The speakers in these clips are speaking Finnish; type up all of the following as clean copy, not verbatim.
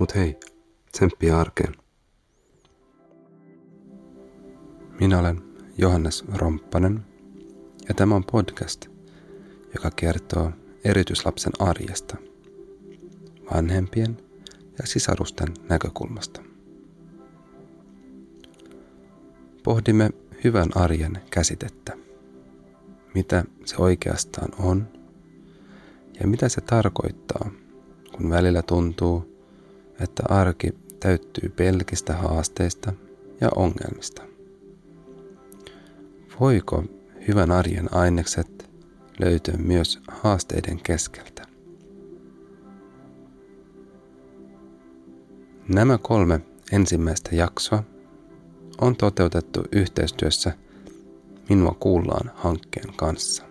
Mut hei, tsemppiä arkeen. Minä olen Johannes Romppanen ja tämä on podcast, joka kertoo erityislapsen arjesta, vanhempien ja sisarusten näkökulmasta. Pohdimme hyvän arjen käsitettä, mitä se oikeastaan on ja mitä se tarkoittaa, kun välillä tuntuu, että arki täyttyy pelkistä haasteista ja ongelmista. Voiko hyvän arjen ainekset löytyä myös haasteiden keskeltä? Nämä 3 ensimmäistä jaksoa on toteutettu yhteistyössä Minua kuullaan -hankkeen kanssa.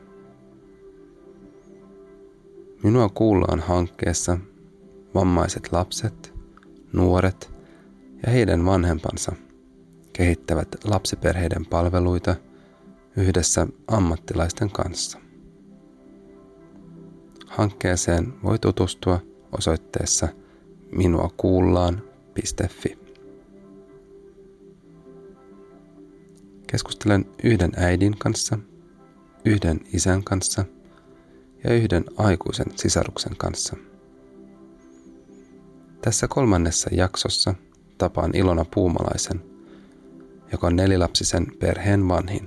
Minua kuullaan -hankkeessa vammaiset lapset, nuoret ja heidän vanhempansa kehittävät lapsiperheiden palveluita yhdessä ammattilaisten kanssa. Hankkeeseen voi tutustua osoitteessa minuakuullaan.fi. Keskustelen yhden äidin kanssa, yhden isän kanssa ja yhden aikuisen sisaruksen kanssa. Tässä 3. jaksossa tapaan Ilona Puumalaisen, joka on 4-lapsisen perheen vanhin.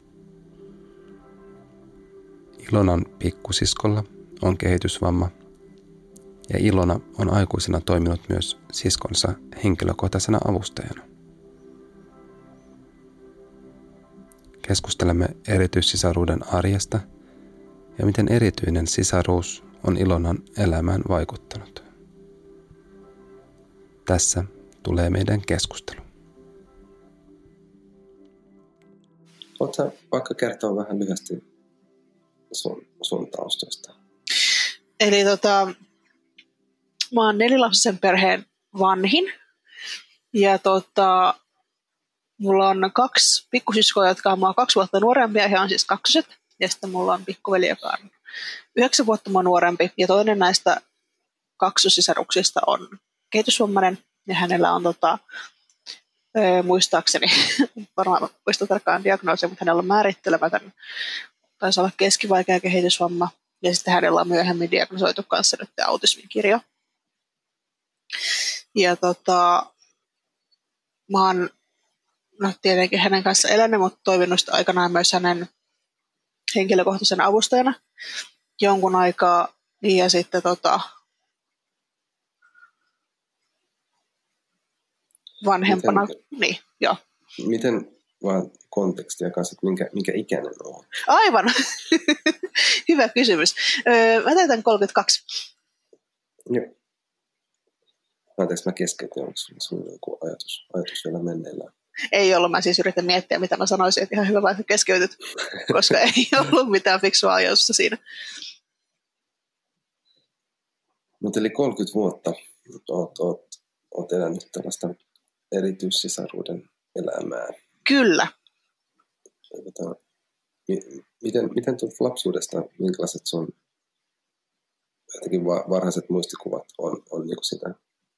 Ilonan pikkusiskolla on kehitysvamma ja Ilona on aikuisena toiminut myös siskonsa henkilökohtaisena avustajana. Keskustelemme erityissisaruuden arjesta ja miten erityinen sisaruus on Ilonan elämään vaikuttanut. Tässä tulee meidän keskustelu. Oletko vaikka kertoa vähän lyhyesti sun taustoista? Eli mä oon 4-lapsisen perheen vanhin ja mulla on 2 pikkusiskoa, jotka on 2 vuotta nuorempia, he on siis kaksoset. Ja sitten mulla on pikkuveli, joka on 9 vuotta mua nuorempi. Ja toinen näistä kaksossisaruksista on kehitysvammainen. Ja hänellä on muistaakseni, varmaan muista tarkkaan diagnoosia, mutta hänellä on määrittelemätön, taisi olla keskivaikea kehitysvamma. Ja sitten hänellä on myöhemmin diagnosoitu kanssa nyt autismin kirjo. Ja mä oon tietenkin hänen kanssa elänyt, mutta toiminut aikanaan myös hänen henkilökohtaisen avustajana jonkun aikaa. Ja sitten vanhempana. Niin, joo. Miten vaan kontekstia kanssa, että minkä ikäinen on? Aivan. Hyvä kysymys. Mä täytän 32. Joo. Anteeksi, mä keskeytin. Onko sinulla joku ajatus vielä menneillään? Ei ollut. Mä siis yritän miettiä, mitä mä sanoisin, että ihan hyvä vaikka keskeytyt, koska ei ollut mitään fiksua ajatusta siinä. Mutta eli 30 vuotta oot elänyt tällaista erityissisaruuden elämää. Kyllä. Miten tulet lapsuudesta, minkälaiset sun jotenkin varhaiset muistikuvat on niin sitä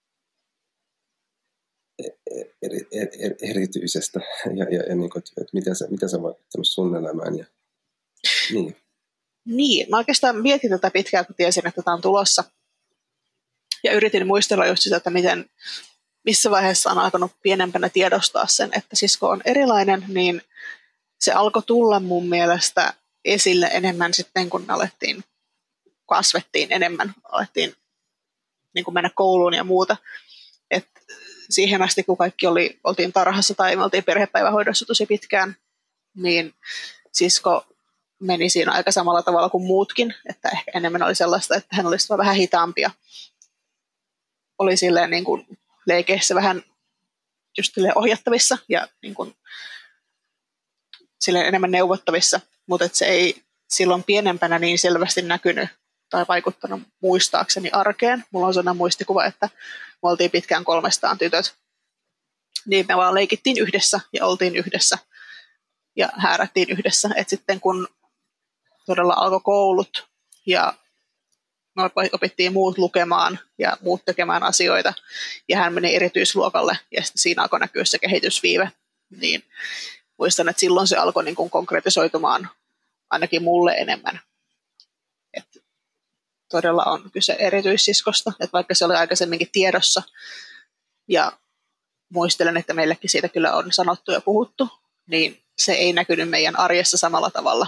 erityisestä ja niin kuin, että miten se on vaikuttanut sun elämään? Ja, niin. Niin, mä oikeastaan mietin tätä pitkään, kun tiesin, että tämä on tulossa. Ja yritin muistella just sitä, että missä vaiheessa on alkanut pienempänä tiedostaa sen, että sisko on erilainen, niin se alkoi tulla mun mielestä esille enemmän sitten, kun kasvettiin enemmän, alettiin niin kuin mennä kouluun ja muuta. Et siihen asti, kun kaikki oltiin tarhassa tai me oltiin perhepäivähoidossa tosi pitkään, niin sisko meni siinä aika samalla tavalla kuin muutkin, että ehkä enemmän oli sellaista, että hän olisi vähän hitaampia. Oli silleen niin kuin leikeissä vähän just ohjattavissa ja niin kuin silleen enemmän neuvottavissa, mutta se ei silloin pienempänä niin selvästi näkynyt tai vaikuttanut muistaakseni arkeen. Mulla on sellainen muistikuva, että me oltiin pitkään 300 tytöt. Niin me vaan leikittiin yhdessä ja oltiin yhdessä ja häärättiin yhdessä. Et sitten kun todella alkoi koulut ja Me opittiin muut lukemaan ja muut tekemään asioita, ja hän meni erityisluokalle, ja sitten siinä alkoi näkyä se kehitysviive. Niin muistan, että silloin se alkoi niin kuin konkretisoitumaan ainakin mulle enemmän. Et todella on kyse erityissiskosta, että vaikka se oli aikaisemminkin tiedossa, ja muistelen, että meillekin siitä kyllä on sanottu ja puhuttu, niin se ei näkynyt meidän arjessa samalla tavalla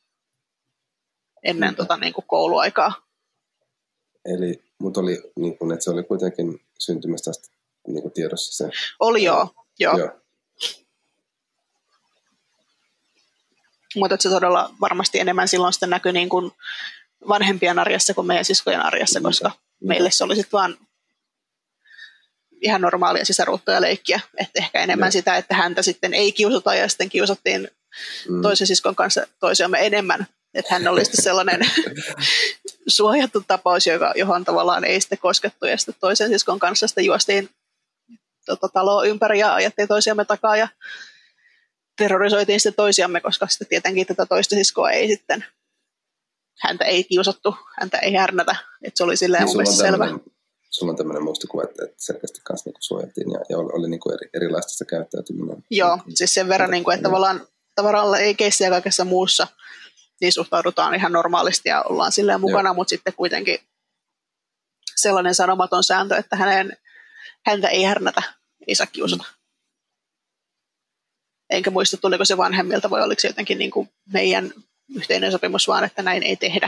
ennen niin kuin kouluaikaa. Eli, mutta oli, niin kuin, että se oli kuitenkin syntymästä asti niin kuin tiedossa se. Oli joo. Mutta se todella varmasti enemmän silloin sitten näkyi niin kuin vanhempien arjessa kuin meidän siskojen arjessa, koska meille se oli sitten vaan ihan normaalia sisaruutta ja leikkiä. Että ehkä enemmän sitä, että häntä sitten ei kiusata ja sitten kiusattiin toisen siskon kanssa toisiamme enemmän. Että hän oli sitten sellainen suojattu tapaus, johon tavallaan ei sitten koskettu. Ja sitten toisen siskon kanssa sitten juostiin taloa ympäri ja ajettiin toisiamme takaa ja terrorisoitiin sitten toisiamme, koska sitten tietenkin tätä toista siskoa ei sitten, häntä ei kiusattu, häntä ei härnätä. Että se oli silleen mun mielestä selvä. Sulla on tämmöinen muistikuva, että selkeästi kanssa niinku suojattiin ja oli niinku erilaista se käyttäytyminen. Joo, siis sen verran, niinku, että tavallaan ei keissä ja kaikessa muussa niin suhtaudutaan ihan normaalisti ja ollaan silleen mukana, mutta sitten kuitenkin sellainen sanomaton sääntö, että häntä ei härnätä, ei saa kiusata. Enkä muista, tuliko se vanhemmilta vai oliko se jotenkin niin kuin meidän yhteinen sopimus vaan, että näin ei tehdä.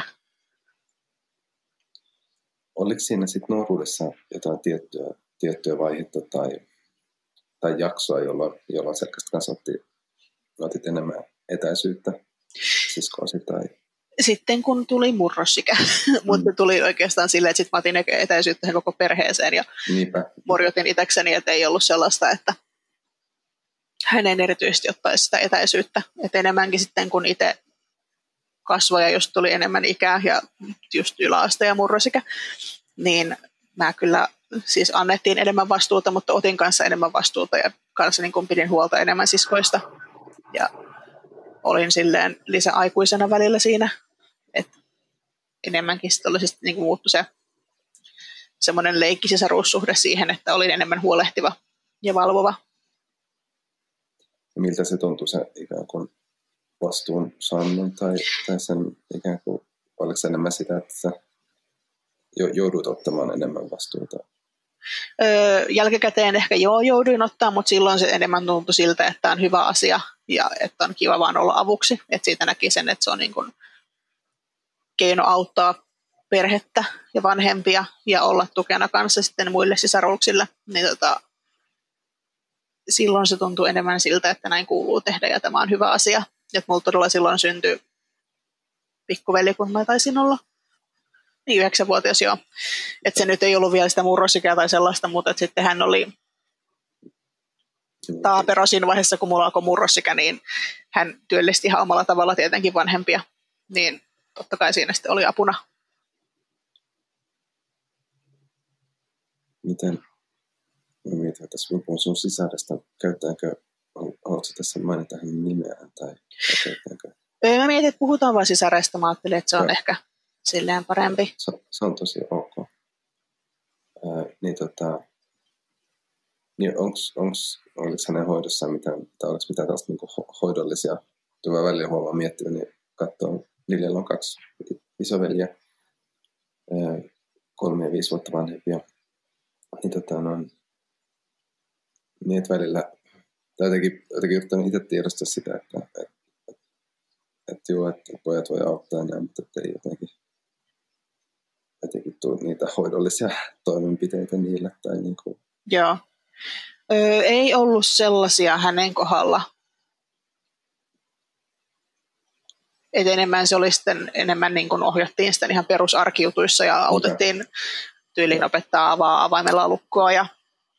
Oliko siinä sitten nuoruudessa jotain tiettyä vaihetta tai jaksoa, jolloin selkeästi kanssa otit enemmän etäisyyttä siskoosi tai? Sitten kun tuli murrosikä, mutta tuli oikeastaan silleen, että sitten mä otin etäisyyttä koko perheeseen ja morjotin itsekseni, että ei ollut sellaista, että hänen erityisesti ottaisi sitä etäisyyttä. Että enemmänkin sitten kun itse kasvoi ja just tuli enemmän ikää ja just yläaste ja murrosikä, niin mä kyllä siis annettiin enemmän vastuuta, mutta otin kanssa enemmän vastuuta ja kanssa niin kun pidin huolta enemmän siskoista. Ja olin silleen lisäaikuisena välillä siinä, että enemmänkin sitten oli siis niin kuin muuttu se semmoinen leikkisisaruussuhde siihen, että olin enemmän huolehtiva ja valvova. Ja miltä se tuntui se ikään kuin vastuun saaminen tai sen ikään kuin, oliko se enemmän sitä, että sä joudut ottamaan enemmän vastuuta? Jälkikäteen ehkä jouduin ottaa, mutta silloin se enemmän tuntui siltä, että on hyvä asia ja että on kiva vaan olla avuksi. Että siitä näki sen, että se on niin kuin keino auttaa perhettä ja vanhempia ja olla tukena kanssa sitten muille sisaruksille. Niin silloin se tuntuu enemmän siltä, että näin kuuluu tehdä ja tämä on hyvä asia. Että mulla todella silloin syntyi pikkuveli, kun mä taisin olla. Niin 9-vuotias joo. Että se nyt ei ollut vielä sitä murrosikää tai sellaista, mutta sitten hän oli taapero siinä vaiheessa, kun mulla alkoi murrosikä, niin hän työllisti ihan omalla tavalla tietenkin vanhempia. Niin totta kai siinä sitten oli apuna. Miten, mä mietin tässä sun sisarestä, haluatko tässä mainita hänen nimeään tai käyttääkö? Mä mietin, että puhutaan vain sisareista, mä ajattelin, että se on ehkä silleen parempi. Se on tosi ok. Niin oliko hänen hoidossaan oliko mitään tällaista niin hoidollisia, kun mä välillä huomaan miettinyt, niin katsoo, Liljalla on 2 isoveliä, 3 ja 5 vuotta vanhempia. Niin että välillä, tai jotenkin yrittänyt itse tiedostaa sitä, että pojat voi auttaa näin, mutta ei jotenkin tule niitä hoidollisia toimenpiteitä niille. Tai niin kuin. Joo. Ei ollut sellaisia hänen kohdalla. Et enemmän se oli sitten, enemmän niin kuin ohjattiin sitten ihan perusarkijutuissa ja autettiin tyyliin opettaa avaimella lukkoa. Ja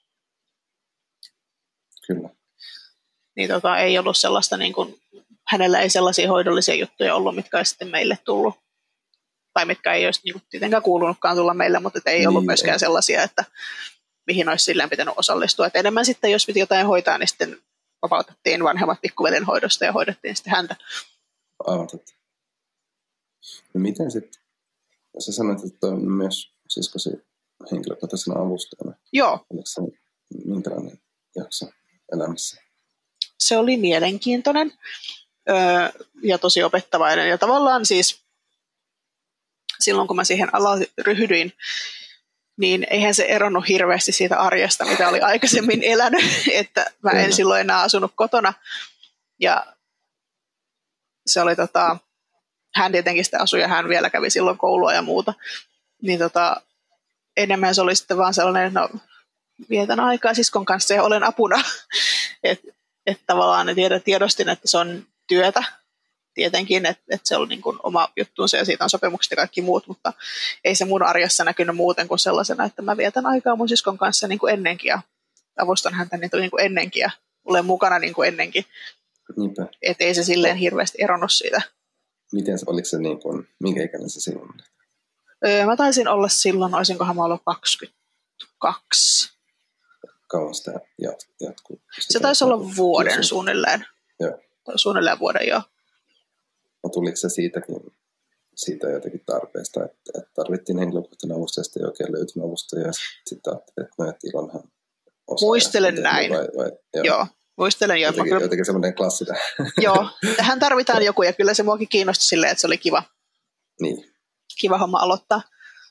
Kyllä. Niin ei ollut sellaista, niin kuin, hänellä ei sellaisia hoidollisia juttuja ollut, mitkä olisi sitten meille tullut. Tai mitkä ei olisi niin kuin, tietenkään kuulunutkaan tulla meille, mutta ei ollut myöskään sellaisia, että mihin olisi silleen pitänyt osallistua. Et enemmän sitten, jos piti jotain hoitaa, niin sitten vapautettiin vanhemmat pikkuveden hoidosta ja hoidettiin sitten häntä. Aivan totta. No miten sitten, Sä sanoit, että toi on myös siskosi henkilökohtaisena avustajana. Joo. Oliko se minkälainen jakso elämässä? Se oli mielenkiintoinen ja tosi opettavainen. Ja tavallaan siis silloin, kun mä siihen alaan ryhdyin, niin eihän se eronnut hirveästi siitä arjesta, mitä oli aikaisemmin elänyt. Että mä en silloin enää asunut kotona. Ja se oli hän tietenkin sitä asui ja hän vielä kävi silloin koulua ja muuta. Niin enemmän se oli sitten vaan sellainen, no vietän aikaa siskon kanssa ja olen apuna. Että tavallaan tiedostin, että se on työtä tietenkin, että se on niin kuin oma juttuunsa ja siitä on sopimukset ja kaikki muut, mutta ei se mun arjessa näkynyt muuten kuin sellaisena, että mä vietän aikaa mun siskon kanssa niin kuin ennenkin ja avustan häntä niin kuin ennenkin ja olen mukana niin kuin ennenkin. Niinpä. Että ei se silleen hirveästi eronnut siitä. Miten, oliko se niin kuin, minkä ikäinen se silloin oli? Mä taisin olla silloin, olisinkohan mä ollut 22. Kauan sitä jatkuu? Se taisi olla vuoden suunnilleen. Joo. Suunnilleen vuoden, joo. No tuliko se siitä jotenkin tarpeesta, että tarvittiin henkilökohtainen avustaja, sitten ei oikein löytynyt avustajia, ja sitten ajattelin, että no, että Ilonhan osaa. Muistelen näin. Joo, muistelen jo. Jotenkin semmoinen klassinen. Joo, tähän tarvitaan joku, ja kyllä se muakin kiinnosti silleen, että se oli kiva. Niin. Kiva homma aloittaa.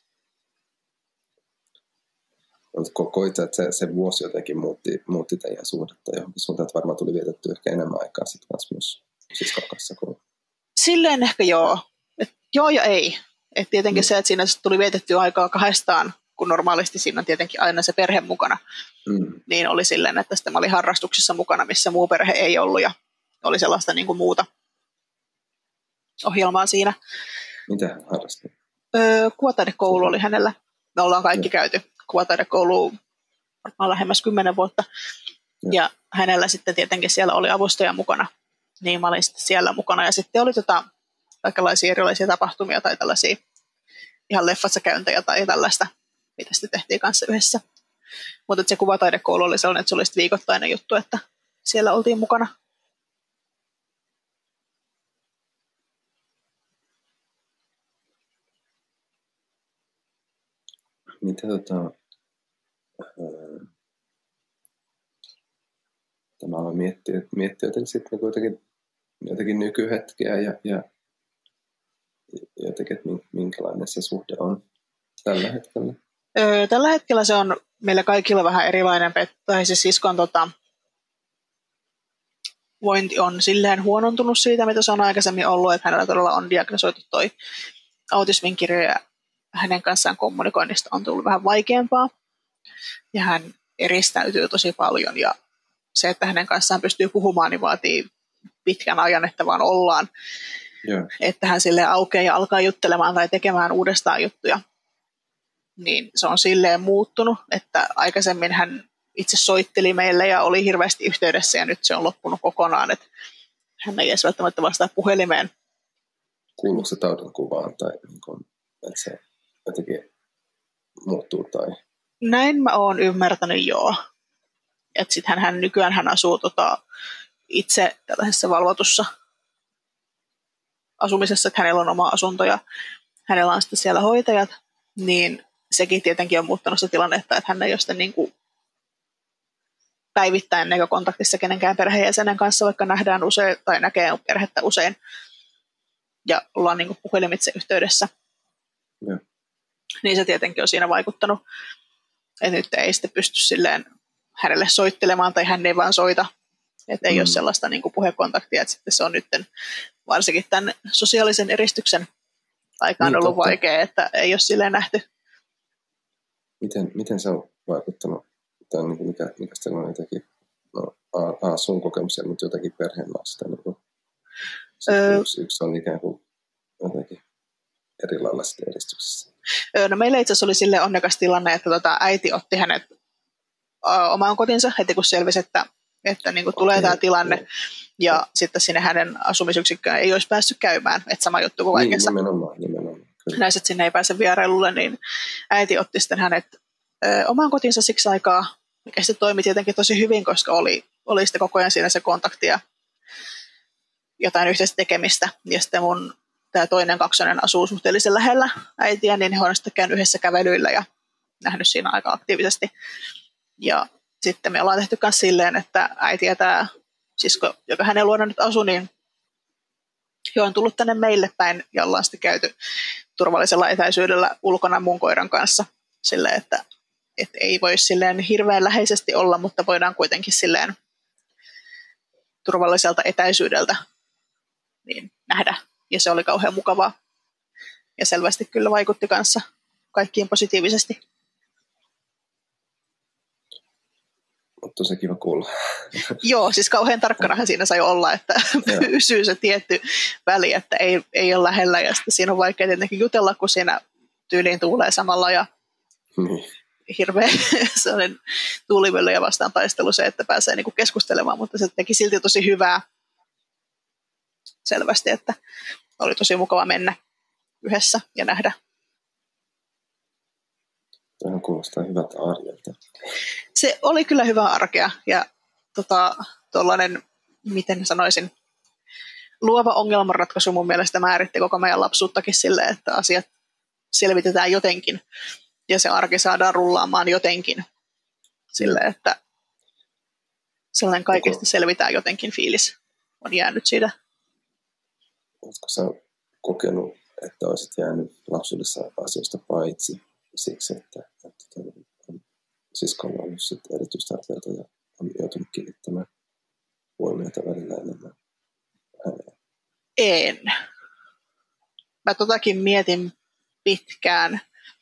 Koit, että se vuosi jotenkin muutti teidän suhdetta johonkin suuntaan, että varmaan tuli vietetty ehkä enemmän aikaa sitten myös siskon kanssa. Silleen ehkä joo. Joo ja ei. Et tietenkin se, että siinä tuli vietettyä aikaa kahdestaan, kun normaalisti siinä on tietenkin aina se perhe mukana. Niin oli silleen, että sitten mä olin harrastuksissa mukana, missä muu perhe ei ollut ja oli sellaista niin kuin muuta ohjelmaa siinä. Mitä hän harrasti? Kuvataidekoulu oli hänellä. Me ollaan kaikki käyty kuvataidekouluun varmaan lähemmäs 10 vuotta. Ja hänellä sitten tietenkin siellä oli avustaja mukana. Niin mä olin sitten siellä mukana. Ja sitten oli kaikenlaisia erilaisia tapahtumia tai tällaisia ihan leffassa käyntejä tai tällaista, mitä sitten tehtiin kanssa yhdessä. Mutta se kuvataidekoulu oli sellainen, että se oli sitten viikoittainen juttu, että siellä oltiin mukana. Mitä tämä on miettiä jotenkin sitten jotenkin nykyhetkeä ja jotenkin, että minkälainen se suhde on tällä hetkellä? Tällä hetkellä se on meillä kaikilla vähän erilainen, tai siis siskon vointi on silleen huonontunut siitä, mitä se on aikaisemmin ollut, että hänellä todella on diagnosoitu toi autismin kirjo ja hänen kanssaan kommunikoinnista on tullut vähän vaikeampaa ja hän eristäytyy tosi paljon ja se, että hänen kanssaan pystyy puhumaan, niin vaatii pitkän ajan, että vaan ollaan. Yeah. Että hän silleen aukeaa ja alkaa juttelemaan tai tekemään uudestaan juttuja. Niin se on silleen muuttunut, että aikaisemmin hän itse soitteli meille ja oli hirveästi yhteydessä ja nyt se on loppunut kokonaan, että hän ei edes välttämättä vastaa puhelimeen. Kuuluuko se taudin kuvaan tai että se jotenkin muuttuu tai? Näin mä oon ymmärtänyt, joo. Että sitten hän nykyään asuu itse tällaisessa valvotussa asumisessa, että hänellä on oma asunto ja hänellä on sitten siellä hoitajat, niin sekin tietenkin on muuttanut sitä tilannetta, että hän ei ole sitten niin kuin päivittäin näkökontaktissa kenenkään perheenjäsenen kanssa, vaikka nähdään usein tai näkee perhettä usein ja ollaan niin kuin puhelimitse yhteydessä. Ja. Niin se tietenkin on siinä vaikuttanut, että nyt ei sitten pysty silleen hänelle soittelemaan tai hän ei vaan soita, että ei ole sellaista niin kuin puhekontaktia, että sitten se on nyt varsinkin tämän sosiaalisen eristyksen aikaan ollut vaikea, että ei ole silleen nähty. Miten se on vaikuttanut, tai niin kuin mikä se on jotenkin, sun kokemuksia, mutta jotakin perheen kanssa, niin yksi on ikään kuin jotenkin eri lailla sitten eristyksessä. No meillä itse asiassa oli silleen onnekas tilanne, että äiti otti hänet omaan kotinsa heti kun selvisi, että niin kuin tulee tämä tilanne ja sitten sinne hänen asumisyksikköön ei olisi päässyt käymään, että sama juttu kuin vaikeassa. Nimenomaan. Näissä, että sinne ei pääse vierailulle, niin äiti otti sitten hänet omaan kotinsa siksi aikaa, mikä sitten toimi tietenkin tosi hyvin, koska oli sitten koko ajan siinä se kontakti ja jotain yhteistä tekemistä. Ja sitten mun tämä toinen kaksonen asuu suhteellisen lähellä äitiä, niin he on sitten käynyt yhdessä kävelyillä ja nähnyt siinä aika aktiivisesti. Ja sitten me ollaan tehty myös silleen, että äiti ja tämä sisko, joka hänen luona nyt asuu, niin he on tullut tänne meille päin ja ollaan sitten käyty turvallisella etäisyydellä ulkona mun koiran kanssa silleen, että ei voi silleen hirveän läheisesti olla, mutta voidaan kuitenkin silleen turvalliselta etäisyydeltä niin nähdä. Ja se oli kauhean mukavaa. Ja selvästi kyllä vaikutti kanssa kaikkiin positiivisesti. Tosi kiva kuulla. Joo, siis kauhean tarkkanahan siinä sai olla, että pysyy se tietty väli, että ei ole lähellä. Ja sitten siinä on vaikea tietenkin jutella, kun siinä tyyliin tuulee samalla ja hirveä sellainen tuulimyllyjä vastaan taistelu se, että pääsee niinku keskustelemaan, mutta se teki silti tosi hyvää selvästi, että oli tosi mukava mennä yhdessä ja nähdä. Tämä kuulostaa hyvältä arjelta. Se oli kyllä hyvää arkea ja tuollainen, miten sanoisin, luova ongelmanratkaisu mun mielestä määritti koko meidän lapsuuttakin silleen, että asiat selvitetään jotenkin ja se arki saadaan rullaamaan jotenkin silleen, että sellainen kaikesta selvitään jotenkin fiilis on jäänyt siitä. Oletko sä kokenut, että olisit jäänyt lapsuudessa asioista paitsi siksi, että siskolla on ollut erityistarpeita ja on joutunut kiinnittämään huomiota välillä enemmän häneen? En. Mä totakin mietin pitkään,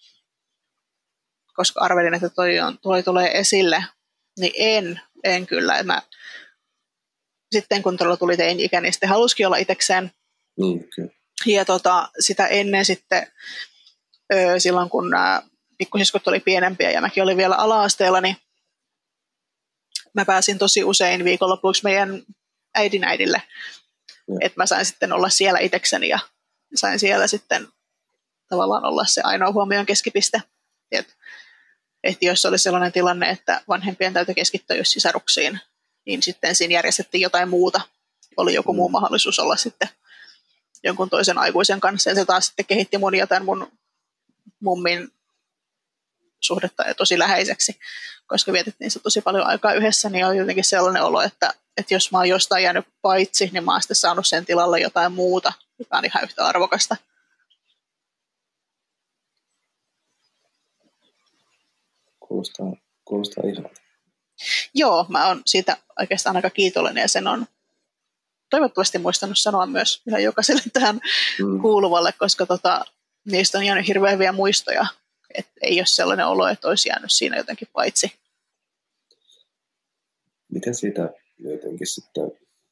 koska arvelin, että toi tulee esille, niin en kyllä. Sitten kun tuli teini-ikä, niin sitten halusikin olla itsekseen. Kyllä. Ja sitä ennen sitten, silloin kun nämä pikkusiskot oli pienempiä ja mäkin olin vielä ala-asteella, niin mä pääsin tosi usein viikonlopuiksi meidän äidille. Että mä sain sitten olla siellä itsekseni ja sain siellä sitten tavallaan olla se ainoa huomion keskipiste. Että jos oli sellainen tilanne, että vanhempien täytyy keskittyä just sisaruksiin, niin sitten siinä järjestettiin jotain muuta. Oli joku muu mahdollisuus olla sitten jonkun toisen aikuisen kanssa. Ja se taas sitten kehitti mun ja tämän mun mummin suhdetta tosi läheiseksi, koska vietettiin se tosi paljon aikaa yhdessä, niin on jotenkin sellainen olo, että jos mä oon jostain jäänyt paitsi, niin mä oon sitten saanut sen tilalle jotain muuta, joka on ihan yhtä arvokasta. Kuulostaa ihanalta. Joo, mä oon siitä oikeastaan aika kiitollinen ja sen on toivottavasti muistanut sanoa myös ihan jokaiselle tähän kuuluvalle, koska niistä on jäänyt hirveän hyviä muistoja. Että ei ole sellainen olo, että olisi jäänyt siinä jotenkin paitsi. Miten siitä jotenkin sitten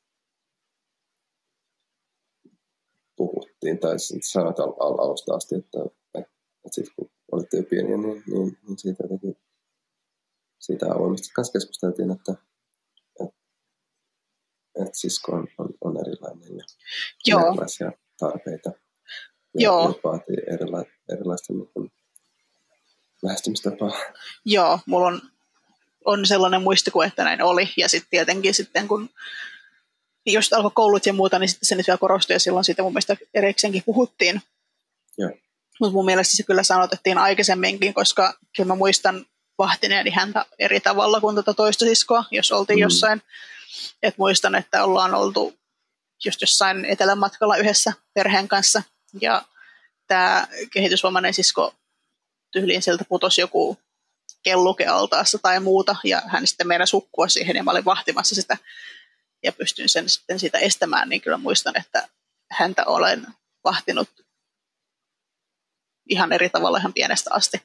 puhuttiin, tai sanoit alusta asti, että sitten kun olitte jo pieniä, niin siitä jotenkin siitä avoimesti kanssa keskusteltiin, että sisko on erilainen ja erilaisia tarpeita. Ja vaatii erilaista lähestymistapaa. Joo, mulla on sellainen muistikuva, että näin oli. Ja sitten tietenkin kun just alkoi koulut ja muuta, niin sitten se nyt vielä korostui ja silloin siitä mun mielestä erikseenkin puhuttiin. Mutta mun mielestä se kyllä sanotettiin aikaisemminkin, koska kyllä mä muistan vahtineeni häntä eri tavalla kuin toista siskoa, jos oltiin jossain. Et muistan, että ollaan oltu just jossain etelämatkalla yhdessä perheen kanssa ja tämä kehitysvammainen sisko tyyliin sieltä putosi joku kelluke altaassa tai muuta, ja hän sitten meinasi hukkua siihen, ja mä olin vahtimassa sitä, ja pystyin sen sitten siitä estämään, niin kyllä muistan, että häntä olen vahtinut ihan eri tavalla ihan pienestä asti.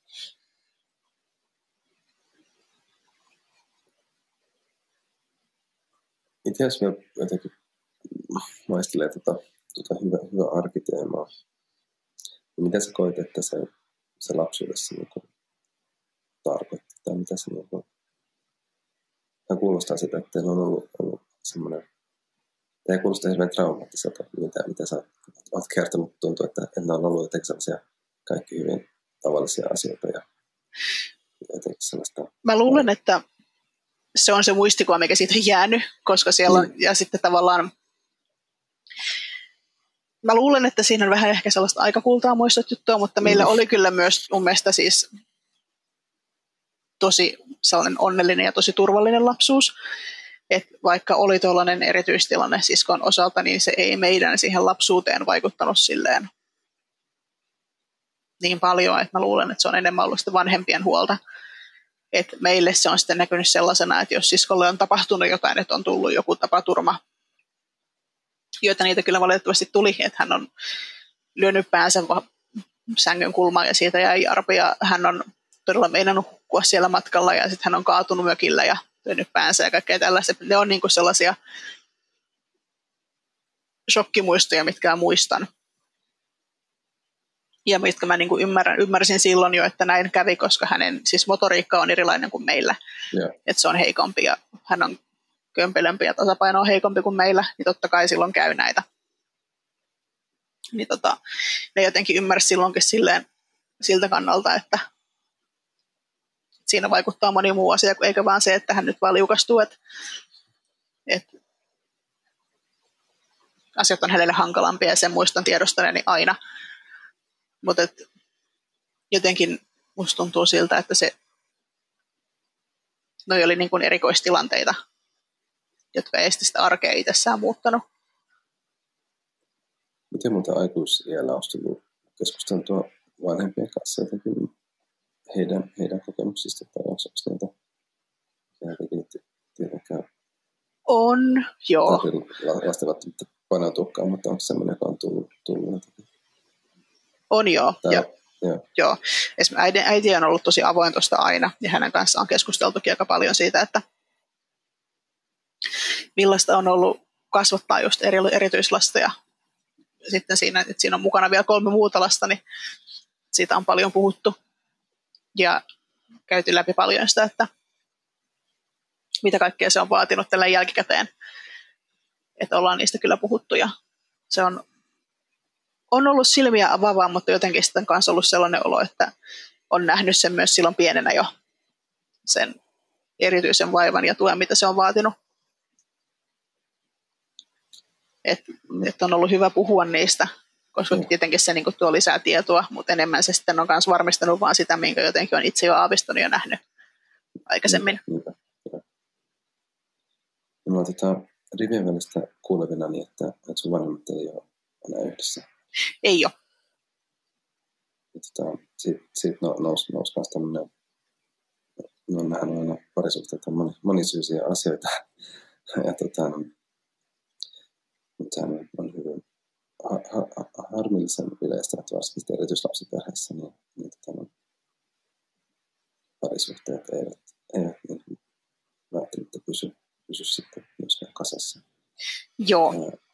Itse asiassa mä jotenkin maistelen hyvää arkiteemaa. Mitä sä koit, että se lapsuudessa tarkoitti, tai mitä se kuulostaa sitä, että teillä on ollut semmoinen, tämä ei kuulosta hirveän traumaattiselta, mitä sä oot kertonut, tuntuu, että ne on ollut jotenkin sellaisia kaikki hyvin tavallisia asioita ja jotenkin sellaista. Mä luulen, että se on se muistikuva, mikä siitä on jäänyt, koska siellä on, ja sitten tavallaan mä luulen, että siinä on vähän ehkä sellaista aikakultaa muistuttua, mutta meillä oli kyllä myös mun mielestä siis tosi sellainen onnellinen ja tosi turvallinen lapsuus. Et vaikka oli tuollainen erityistilanne siskon osalta, niin se ei meidän siihen lapsuuteen vaikuttanut silleen niin paljon, että mä luulen, että se on enemmän ollut sitä vanhempien huolta. Et meille se on sitten näkynyt sellaisena, että jos siskolle on tapahtunut jotain, että on tullut joku tapaturma, joita niitä kyllä valitettavasti tuli, että hän on lyönyt päänsä sängyn kulmaan ja siitä jäi arpi ja hän on todella meinannut hukkua siellä matkalla ja sitten hän on kaatunut mökillä ja lyönyt päänsä ja kaikkea tällaista. Ne on niin kuin sellaisia shokkimuistoja, mitkä mä muistan. Ja mitkä mä niin kuin ymmärsin silloin jo, että näin kävi, koska hänen siis motoriikka on erilainen kuin meillä. Yeah. Että se on heikompi ja hän on kömpelempi ja tasapaino on heikompi kuin meillä, niin totta kai silloin käy näitä. Niin ne jotenkin ymmärsi silloinkin siltä kannalta, että siinä vaikuttaa moni muu asia, eikä vaan se, että hän nyt vaan liukastuu, että asiat on hänelle hankalampia ja sen muistan tiedostaneeni aina. Mutta jotenkin musta tuntuu siltä, että noi oli niin kuin erikoistilanteita, jotka ei sitä arkea itsessään muuttanut. Miten muuta aikuisiällä on tullut keskusteltua vanhempien kanssa jotenkin heidän kokemuksista, tai onko niitä tietenkään? On, joo. Lasten välttämättä paneutuukaan, mutta onko semmoinen, joka on tullut jotenkin? On joo. Joo. Esimerkiksi äiti on ollut tosi avoin tuosta aina, ja hänen kanssaan on keskusteltukin aika paljon siitä, että millaista on ollut kasvattaa just erityislasta, ja sitten siinä on mukana vielä 3 muuta lasta, niin siitä on paljon puhuttu, ja käyty läpi paljon sitä, että mitä kaikkea se on vaatinut tällä jälkikäteen, että ollaan niistä kyllä puhuttu, ja se on ollut silmiä avaavaa, mutta jotenkin sitten kanssa ollut sellainen olo, että on nähnyt sen myös silloin pienenä jo, sen erityisen vaivan ja tuen, mitä se on vaatinut. Että on ollut hyvä puhua niistä, koska tietenkin se niin kuin tuo lisää tietoa, mutta enemmän se sitten on myös varmistanut vaan sitä, minkä jotenkin on itse jo aavistunut ja nähnyt aikaisemmin. Mä rivien välistä kuulevina niin, että sun vanhemmat ei ole enää yhdessä. Ei ole. Siitä nousi myös tämmöinen, no nämähän on aina parisuhteet on monisyisiä asioita, ja mutta sehän on hyvin harmillisen yleistä, että varsinkin erityislapsiperheessä niin parisuhteet eivät niin välttämättä pysy sitten myöskään kasassa. Joo.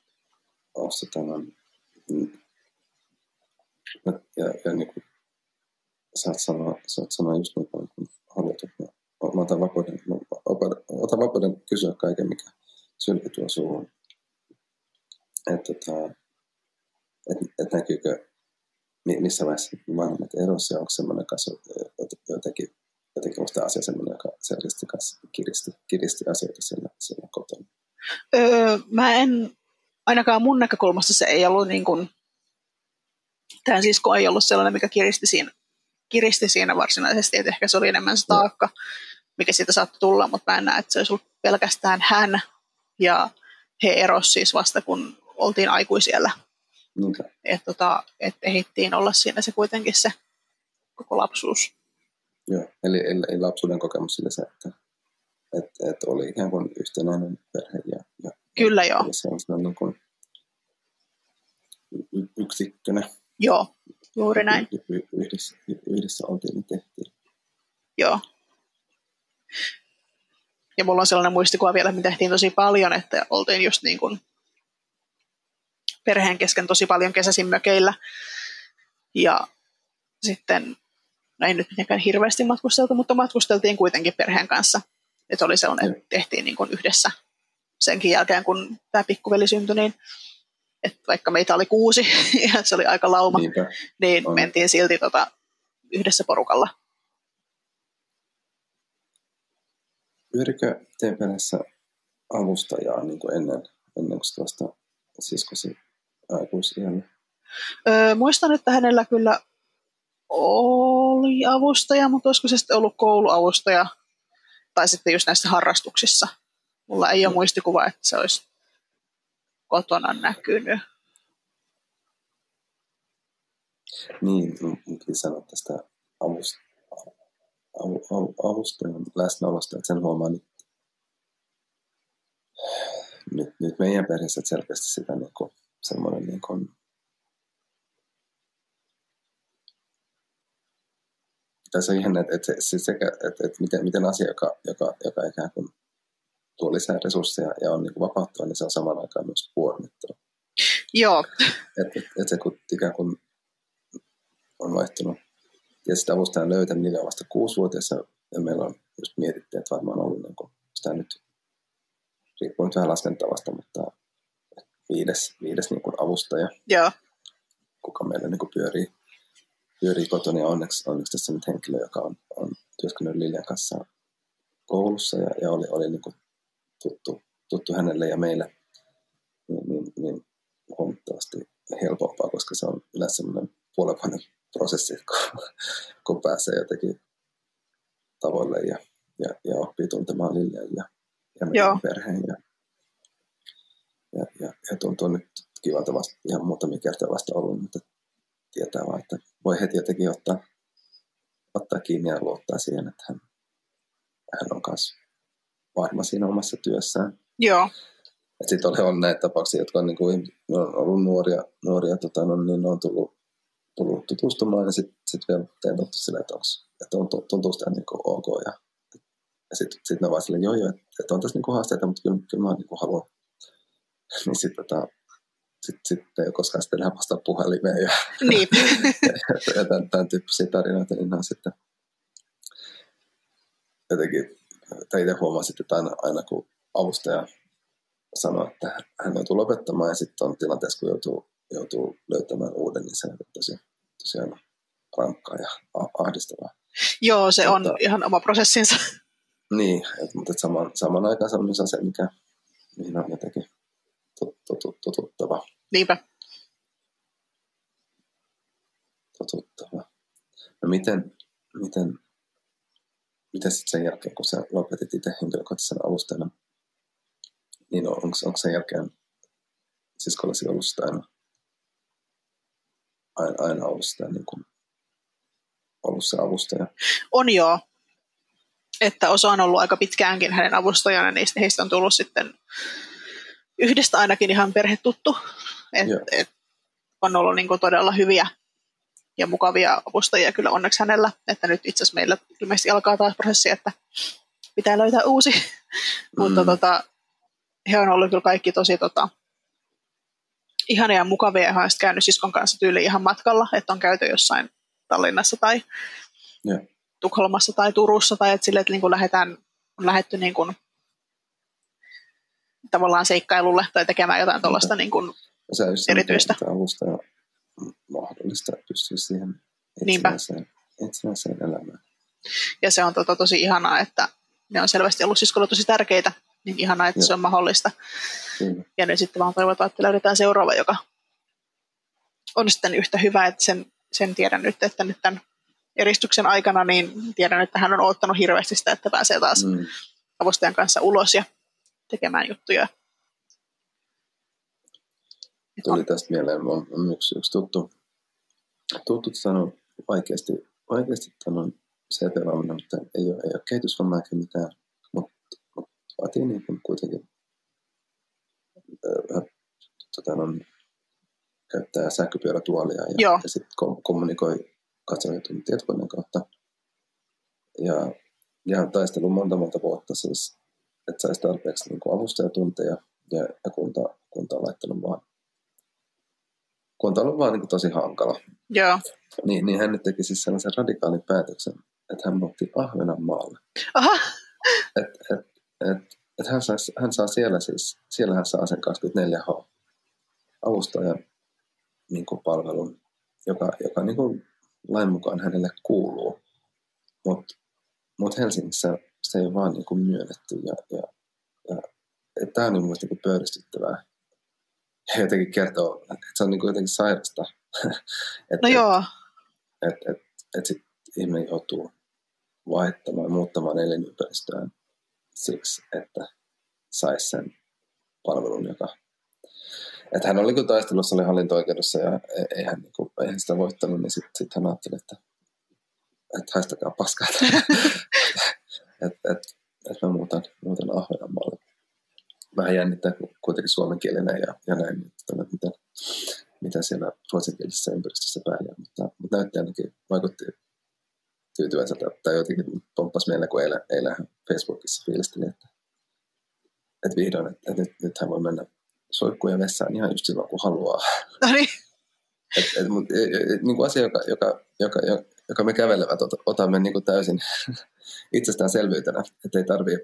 Ja niin kuin saat sanoa just niin paljon kuin haluat. Mä otan vapauden kysyä kaiken, mikä sylki tuo suuhun. Että näkyykö, missä vaiheessa vanhemmat erosi, ja onko semmoinen kanssa jotenkin musta asia semmoinen, joka selkeästi kiristi asioita siellä kotona? Mä en, ainakaan mun näkökulmasta se ei ollut niin kuin, tämän sisko ei ollut sellainen, mikä kiristi siinä varsinaisesti, että ehkä se oli enemmän se taakka, mikä siitä saattoi tulla, mutta mä en näe, että se olisi ollut pelkästään hän, ja he erosi siis vasta, kun oltiin aikuisiellä. Että ehdittiin olla siinä se kuitenkin se koko lapsuus. Joo, eli lapsuuden kokemus sillä se, että oli ikään kuin yhtenäinen perhe. Ja kyllä joo. Se on sellainen kuin yksikkönä. Joo, juuri näin. Yhdessä oltiin ja tehtiin. Joo. Ja mulla on sellainen muistikuva vielä, että me tehtiin tosi paljon, että oltiin just niin kuin perheen kesken tosi paljon kesäisin mökeillä. Ja sitten, no ei nyt mitenkään hirveästi matkusteltu, mutta matkusteltiin kuitenkin perheen kanssa. Että oli sellainen, että tehtiin niin kuin yhdessä senkin jälkeen, kun tämä pikkuveli syntyi, niin että vaikka meitä oli 6 ja se oli aika lauma, niin mentiin silti yhdessä porukalla. Pyörikö teidän perheessä avustajaa niin kuin ennen kuin tuosta siskosi aikuisiällä? Muistan, että hänellä kyllä oli avustaja, mutta olisiko se sitten ollut kouluavustaja tai sitten just näissä harrastuksissa. Mulla ei ole muistikuva, että se olisi kotona näkynyt. Niin, piti sanoa tästä avustajan läsnäolosta, että sen huomaa nyt meidän perheessä selkeästi sitä niinku, semmoinen niinku, tässä on ihan, että miten asia, joka ikään kuin tuo lisää resursseja ja on niinku vapauttava, niin se on samaan aikaan myös kuormittava. Joo. Että se kun ikään kuin on vaihtunut. Ja sitä avustajan löytäminen vasta 6-vuotiaassa, ja meillä on just mietitty, että varmaan ollut niin kuin, sitä nyt riippuu nyt vähän laskentavasta, mutta viides niin kuin avustaja, Joo. kuka meillä niin kuin pyörii kotona, ja onneksi tässä nyt henkilö, joka on työskennellyt Liljan kanssa koulussa, ja oli niin kuin tuttu hänelle ja meille, niin huomattavasti helpompaa, koska se on yleensä sellainen puolepäinen prosessi, kun pääsee jotenkin tavoille ja oppii tuntemaan Liljan ja meidän perheen. Ja tuntuu nyt kivalta vasta ihan muutamia kertaa vasta ollut, mutta tietää vaan, että voi heti jotenkin ottaa kiinni ja luottaa siihen, että hän on kanssa varma siinä omassa työssään. Joo. Sitten on näitä tapauksia, jotka on, niin kuin, on ollut nuoria niin ne on tullut tutustumaan ja sitten vielä tottu silleen, että tuntuu sitä niin kuin ok. Ja sitten ne vaan silleen, joo, että on tässä niin kuin haasteita, mutta kyllä mä niin kuin haluan. Niin sitten ei ole koskaan sitten enää vastaa puhelimeen ja, niin. ja tämän tyyppisiä tarinoita, niin ne on sitten jotenkin, tai itse huomaa sitten, että aina kun avustaja sanoo, että hän joutuu lopettamaan ja sitten on tilanteessa, kun joutuu löytämään uuden, niin se on tosiaan rankkaa ja ahdistavaa. Joo, se on ihan oma prosessinsa. Niin, mutta saman aikaan se on myös asia, mihin on jotenkin totuttava. Niinpä. Totuttava. No miten sitten sen jälkeen, kun sä lopetit itse henkilökohtaisena avustajana, niin onko sen jälkeen siskollasi ollut sitä aina ollut sitä niin kuin ollut se avustaja? On joo. Että osa on ollut aika pitkäänkin hänen avustajana, niin heistä on tullut sitten yhdestä ainakin ihan perhetuttu. Et on ollut niin kuin todella hyviä ja mukavia avustajia kyllä onneksi hänellä. Että nyt itse asiassa meillä ilmeisesti alkaa taas prosessi, että pitää löytää uusi. Mutta he on ollut kyllä kaikki tosi ihania ja mukavia. Ja olen käynyt siskon kanssa tyyliin ihan matkalla, että on käyty jossain Tallinnassa tai Tukholmassa tai Turussa. Tai että niin kuin on lähdetty niin kuin tavallaan seikkailulle tai tekemään jotain tuollaista niin kuin erityistä. Avustaja mahdollista pystyä siihen itsenäiseen elämään. Ja se on tosi ihanaa, että ne on selvästi ollut siskolle tosi tärkeitä. Niin ihanaa, että se on mahdollista. Kyllä. Ja nyt sitten vaan toivotaan, että löydetään seuraava, joka on sitten yhtä hyvä, että sen tiedän nyt, että nyt tämän eristyksen aikana, niin tiedän, että hän on odottanut hirveästi sitä, että pääsee taas avustajan kanssa ulos ja tekemään juttuja. Tuli tästä mieleen, on yksi tuttu sanoi vaikeasti CP-vammainen, mutta ei ole kehitysvammaa eikä mitään, mutta vaatii niin kuin kuitenkin käyttää sähköpyörätuolia ja sitten kommunikoi katsojoitun tietokoneen kautta. Ja taistelun monta vuotta siis, että saisi tarpeeksi niin kuin avustajatunteja ja kunta on laittanut vaan. Kunta on ollut vaan niin kuin tosi hankala. Joo. Niin hän nyt teki siis sellaisen radikaalin päätöksen, että hän muutti Ahvenanmaalle. Aha. Että hän saa siellä hän saa sen 24H avustajan niin kuin palvelun, joka niin kuin lain mukaan hänelle kuuluu. Mutta Helsingissä se ei ole vaan niin kuin myönnetty. Ja tämä on niin mielestäni niin pöyristyttävää. jotenkin kertoo, että se on niin kuin jotenkin sairasta. No joo. Että sitten ihminen joutuu vaihtamaan, muuttamaan elinympäristöään siksi, että saisi sen palvelun, joka... Että hän oli niin taistelussa, oli hallinto-oikeudessa ja eihän sitä voittanut, niin sitten hän ajatteli, että haistakaa paskaa. että mä muutan Ahvenanmaalle. Vähän jännittää kuitenkin suomenkielinen ja näin, että miten siellä ruotsinkielisessä ympäristössä pärjää. Mutta näytti ainakin, vaikutti tyytyväiseltä, tai jotenkin pomppasi meillä, kun eilen Facebookissa fiilisteli, että vihdoin, että nyt hän voi mennä soikkuun vessaan ihan just silloin, kun haluaa. No niin. Niin kuin asia, joka me kävelevät otamme niin kuin täysin itsestäänselvyytenä, että ei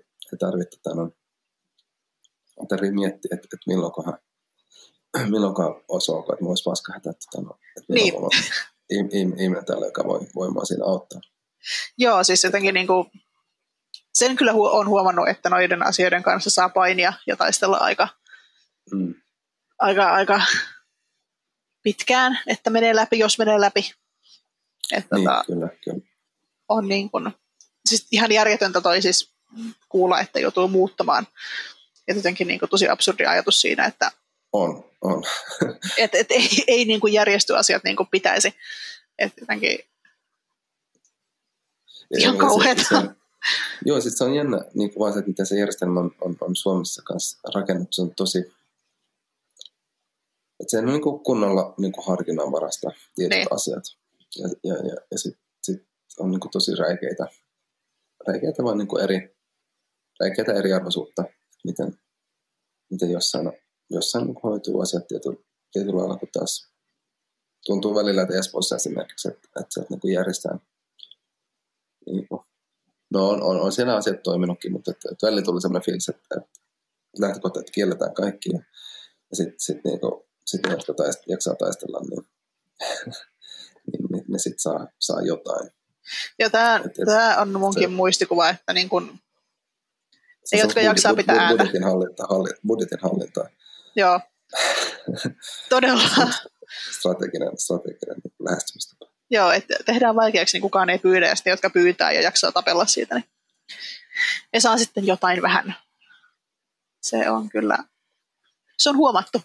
tarvitse miettiä, että milloinkaan olisi ok, että olisi paskahätä, että milloin on ihminen täällä, joka voi mua siinä auttaa. Joo, siis jotenkin niin kuin, sen kyllä on huomannut, että noiden asioiden kanssa saa painia ja taistella aika pitkään, että menee läpi, jos menee läpi. Että niin, kyllä. On niin kuin, siis ihan järjetöntä toi siis kuulla, että joutuu muuttamaan. Ja jotenkin niin kuin tosi absurdi ajatus siinä, että on. että ei niin kuin järjesty asiat niin kuin pitäisi. Että jotenkin ihan kauheata. Joo, sitten se on jännä, niin kuin vaan se, että miten se järjestelmä on Suomessa kanssa rakennettu. Se on tosi, että se on niin kuin kunnolla niin kuin harkinnanvarasta tietyt asiat. Ja sitten on niin kuin tosi räikeitä vaan niin kuin räikeitä eriarvoisuutta, miten jossain niin kuin hoituu asiat tietyllä lailla, kun taas tuntuu välillä, että Espoossa esimerkiksi, että se niin kuin järjestää. Niin kuin, no on siellä asiat toiminutkin, mutta että välillä tuli sellainen fiilis, että lähtökohta, että kielletään kaikki ja sitten niinku, ne, jotka jaksaa taistella, niin ne sitten saa jotain. Ja tämä on munkin muistikuva, että niin kun, ne, jotka jaksaa pitää ääntä. Budjetin hallintaa. Joo, todella. strateginen lähestymistapa. Joo, että tehdään vaikeaksi, niin kukaan ei pyydä, ja sitten jotka pyytää ja jaksaa tapella siitä, niin ne saa sitten jotain vähän. Se on kyllä, se on huomattu.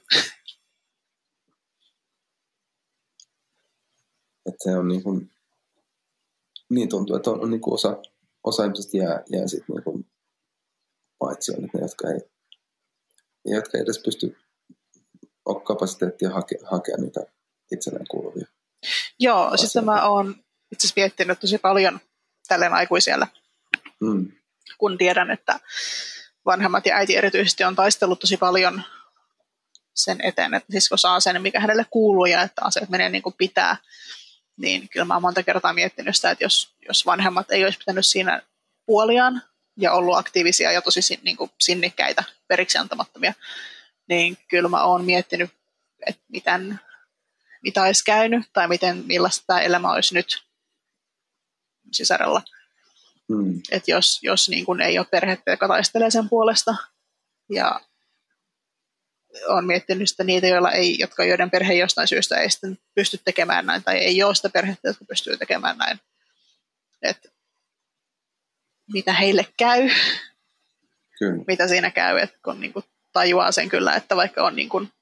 Että se on niin tuntuu, että on niin kuin osa ihmisistä jää sitten niin kuin paitsi on ne, jotka ei edes pysty ole kapasiteettia hakea niitä itselleen kuuluvia. Joo, sitten mä oon itse asiassa miettinyt tosi paljon tälleen aikuisiellä, kun tiedän, että vanhemmat ja äiti erityisesti on taistellut tosi paljon sen eteen, että sisko saa sen, mikä hänelle kuuluu ja että asiat menee niin kuin pitää. Niin kyllä mä oon monta kertaa miettinyt sitä, että jos vanhemmat ei olisi pitänyt siinä puoliaan ja ollut aktiivisia ja tosi niin kuin sinnikkäitä, periksi antamattomia, niin kyllä mä oon miettinyt, että mitä olisi käynyt tai millaista tämä elämä olisi nyt sisarella. Että jos niin kuin ei ole perhettä, joka taistelee sen puolesta ja on miettinyt sitä niitä, joiden perhe jostain syystä ei sitten pysty tekemään näin tai ei ole sitä perhettä, jotka pystyy tekemään näin. Että mitä heille käy, kyllä. Mitä siinä käy, että kun niin kuin tajuaa sen kyllä, että vaikka on niin kuin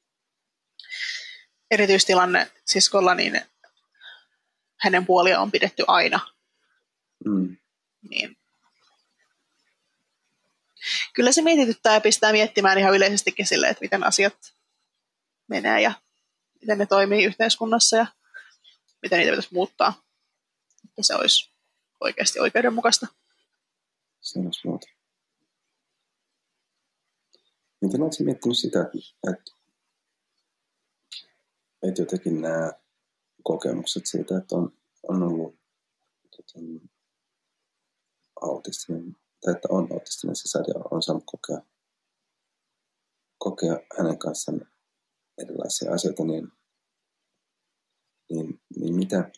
erityistilanne siskolla, niin hänen puolia on pidetty aina. Niin. Kyllä se mietityttää ja pistää miettimään ihan yleisestikin silleen, että miten asiat menee ja miten ne toimii yhteiskunnassa ja miten niitä pitäisi muuttaa, että se olisi oikeasti oikeudenmukaista. Se olisi muuta. Miten oletko miettinyt sitä, että jotenkin nämä kokemukset siitä, että on ollut autistinen, tai että on autistinen sisar ja on saanut kokea hänen kanssaan erilaisia asioita, niin mitä,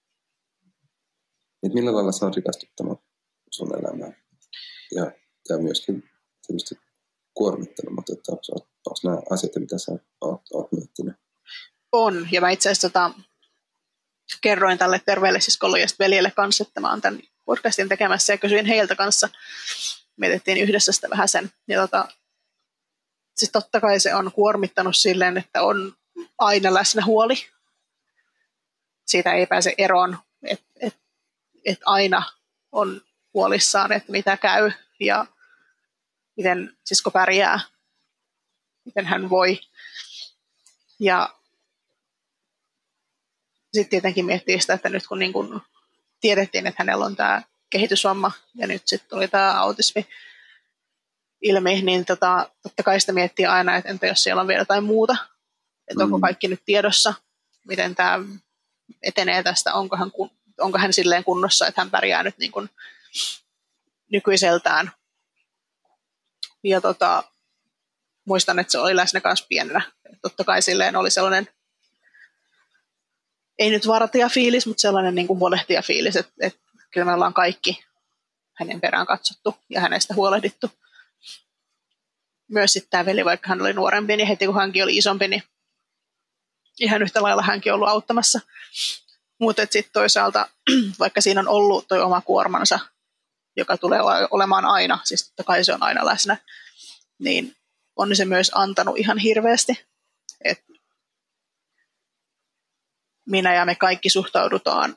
että millä lailla se on rikastuttanut sun elämää ja myöskin tietysti kuormittanut, mutta että onko nämä asioita, mitä sä oot miettinyt? On, ja mä itse asiassa kerroin tälle terveelle siskolle ja veljelle kanssa, että mä oon tämän podcastin tekemässä ja kysyin heiltä kanssa. Mietittiin yhdessä sitä vähän sen. Ja siis totta kai se on kuormittanut silleen, että on aina läsnä huoli. Siitä ei pääse eroon, että aina on huolissaan, että mitä käy ja miten sisko pärjää, miten hän voi. Ja sitten tietenkin miettii sitä, että nyt kun niin kun tiedettiin, että hänellä on tämä kehitysvamma ja nyt sitten tuli tämä autismi-ilmi, niin totta kai sitä miettii aina, että entä jos siellä on vielä jotain muuta, että onko kaikki nyt tiedossa, miten tämä etenee tästä, onko hän silleen kunnossa, että hän pärjää nyt niin kuin nykyiseltään. Ja muistan, että se oli läsnä kanssa pienenä. Totta kai silleen oli sellainen, ei nyt vartija-fiilis, mutta sellainen niin kuin huolehtija-fiilis, että kyllä me ollaan kaikki hänen perään katsottu ja hänestä huolehdittu. Myös sitten tämä veli, vaikka hän oli nuorempi, niin heti kun hänkin oli isompi, niin ihan yhtä lailla hänkin ollut auttamassa. Mutta sitten toisaalta, vaikka siinä on ollut tuo oma kuormansa, joka tulee olemaan aina, siis totta kai se on aina läsnä, niin on se myös antanut ihan hirveästi, että minä ja me kaikki suhtaudutaan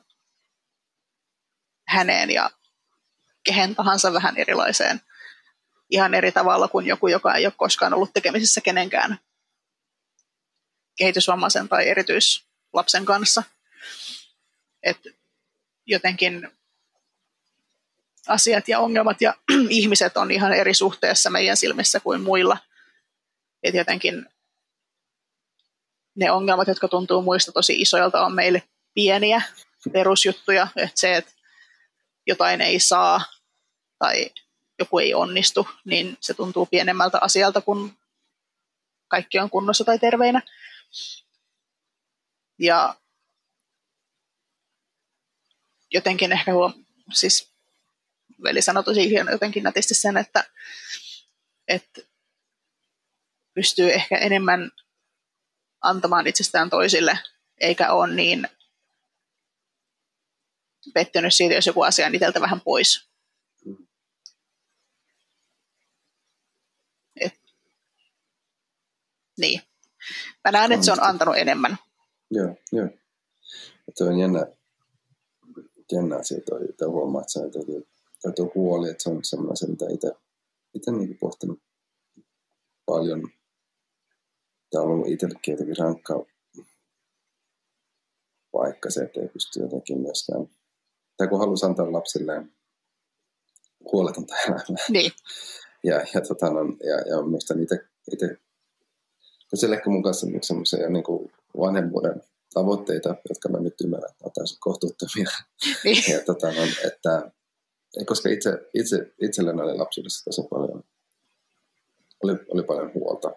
häneen ja kehen tahansa vähän erilaiseen, ihan eri tavalla kuin joku, joka ei ole koskaan ollut tekemisissä kenenkään kehitysvammaisen tai erityislapsen kanssa. Että jotenkin asiat ja ongelmat ja ihmiset on ihan eri suhteessa meidän silmissä kuin muilla. Että jotenkin ne ongelmat, jotka tuntuu muista tosi isoilta, on meille pieniä perusjuttuja. Että se, että jotain ei saa tai joku ei onnistu, niin se tuntuu pienemmältä asialta, kun kaikki on kunnossa tai terveinä. Ja jotenkin ehkä siis veli sanoi tosi jotenkin nätisti sen, että pystyy ehkä enemmän antamaan itsestään toisille, eikä ole niin pettynyt siitä, jos joku asia on itseltä vähän pois. Niin. Mä näen, että se on antanut enemmän. Joo. Se on jännä asia toi huomaa, että se tuo huoli, että se on sellainen, mitä itse niin pohtinut paljon. Tämä on ollut itsellekin jotenkin rankkaa, vaikka se, että ei pysty jotenkin myöskään, tai kun halusi antaa lapsilleen huoletonta elämää. Niin. Ja muistan itse sellekin mun kanssa semmoisia niin kuin vanhemmuuden tavoitteita, jotka mä nyt ymmärrän, että on täysin kohtuuttomia. Niin. Ja koska itselleni oli lapsuudessa tosi paljon, oli paljon huolta.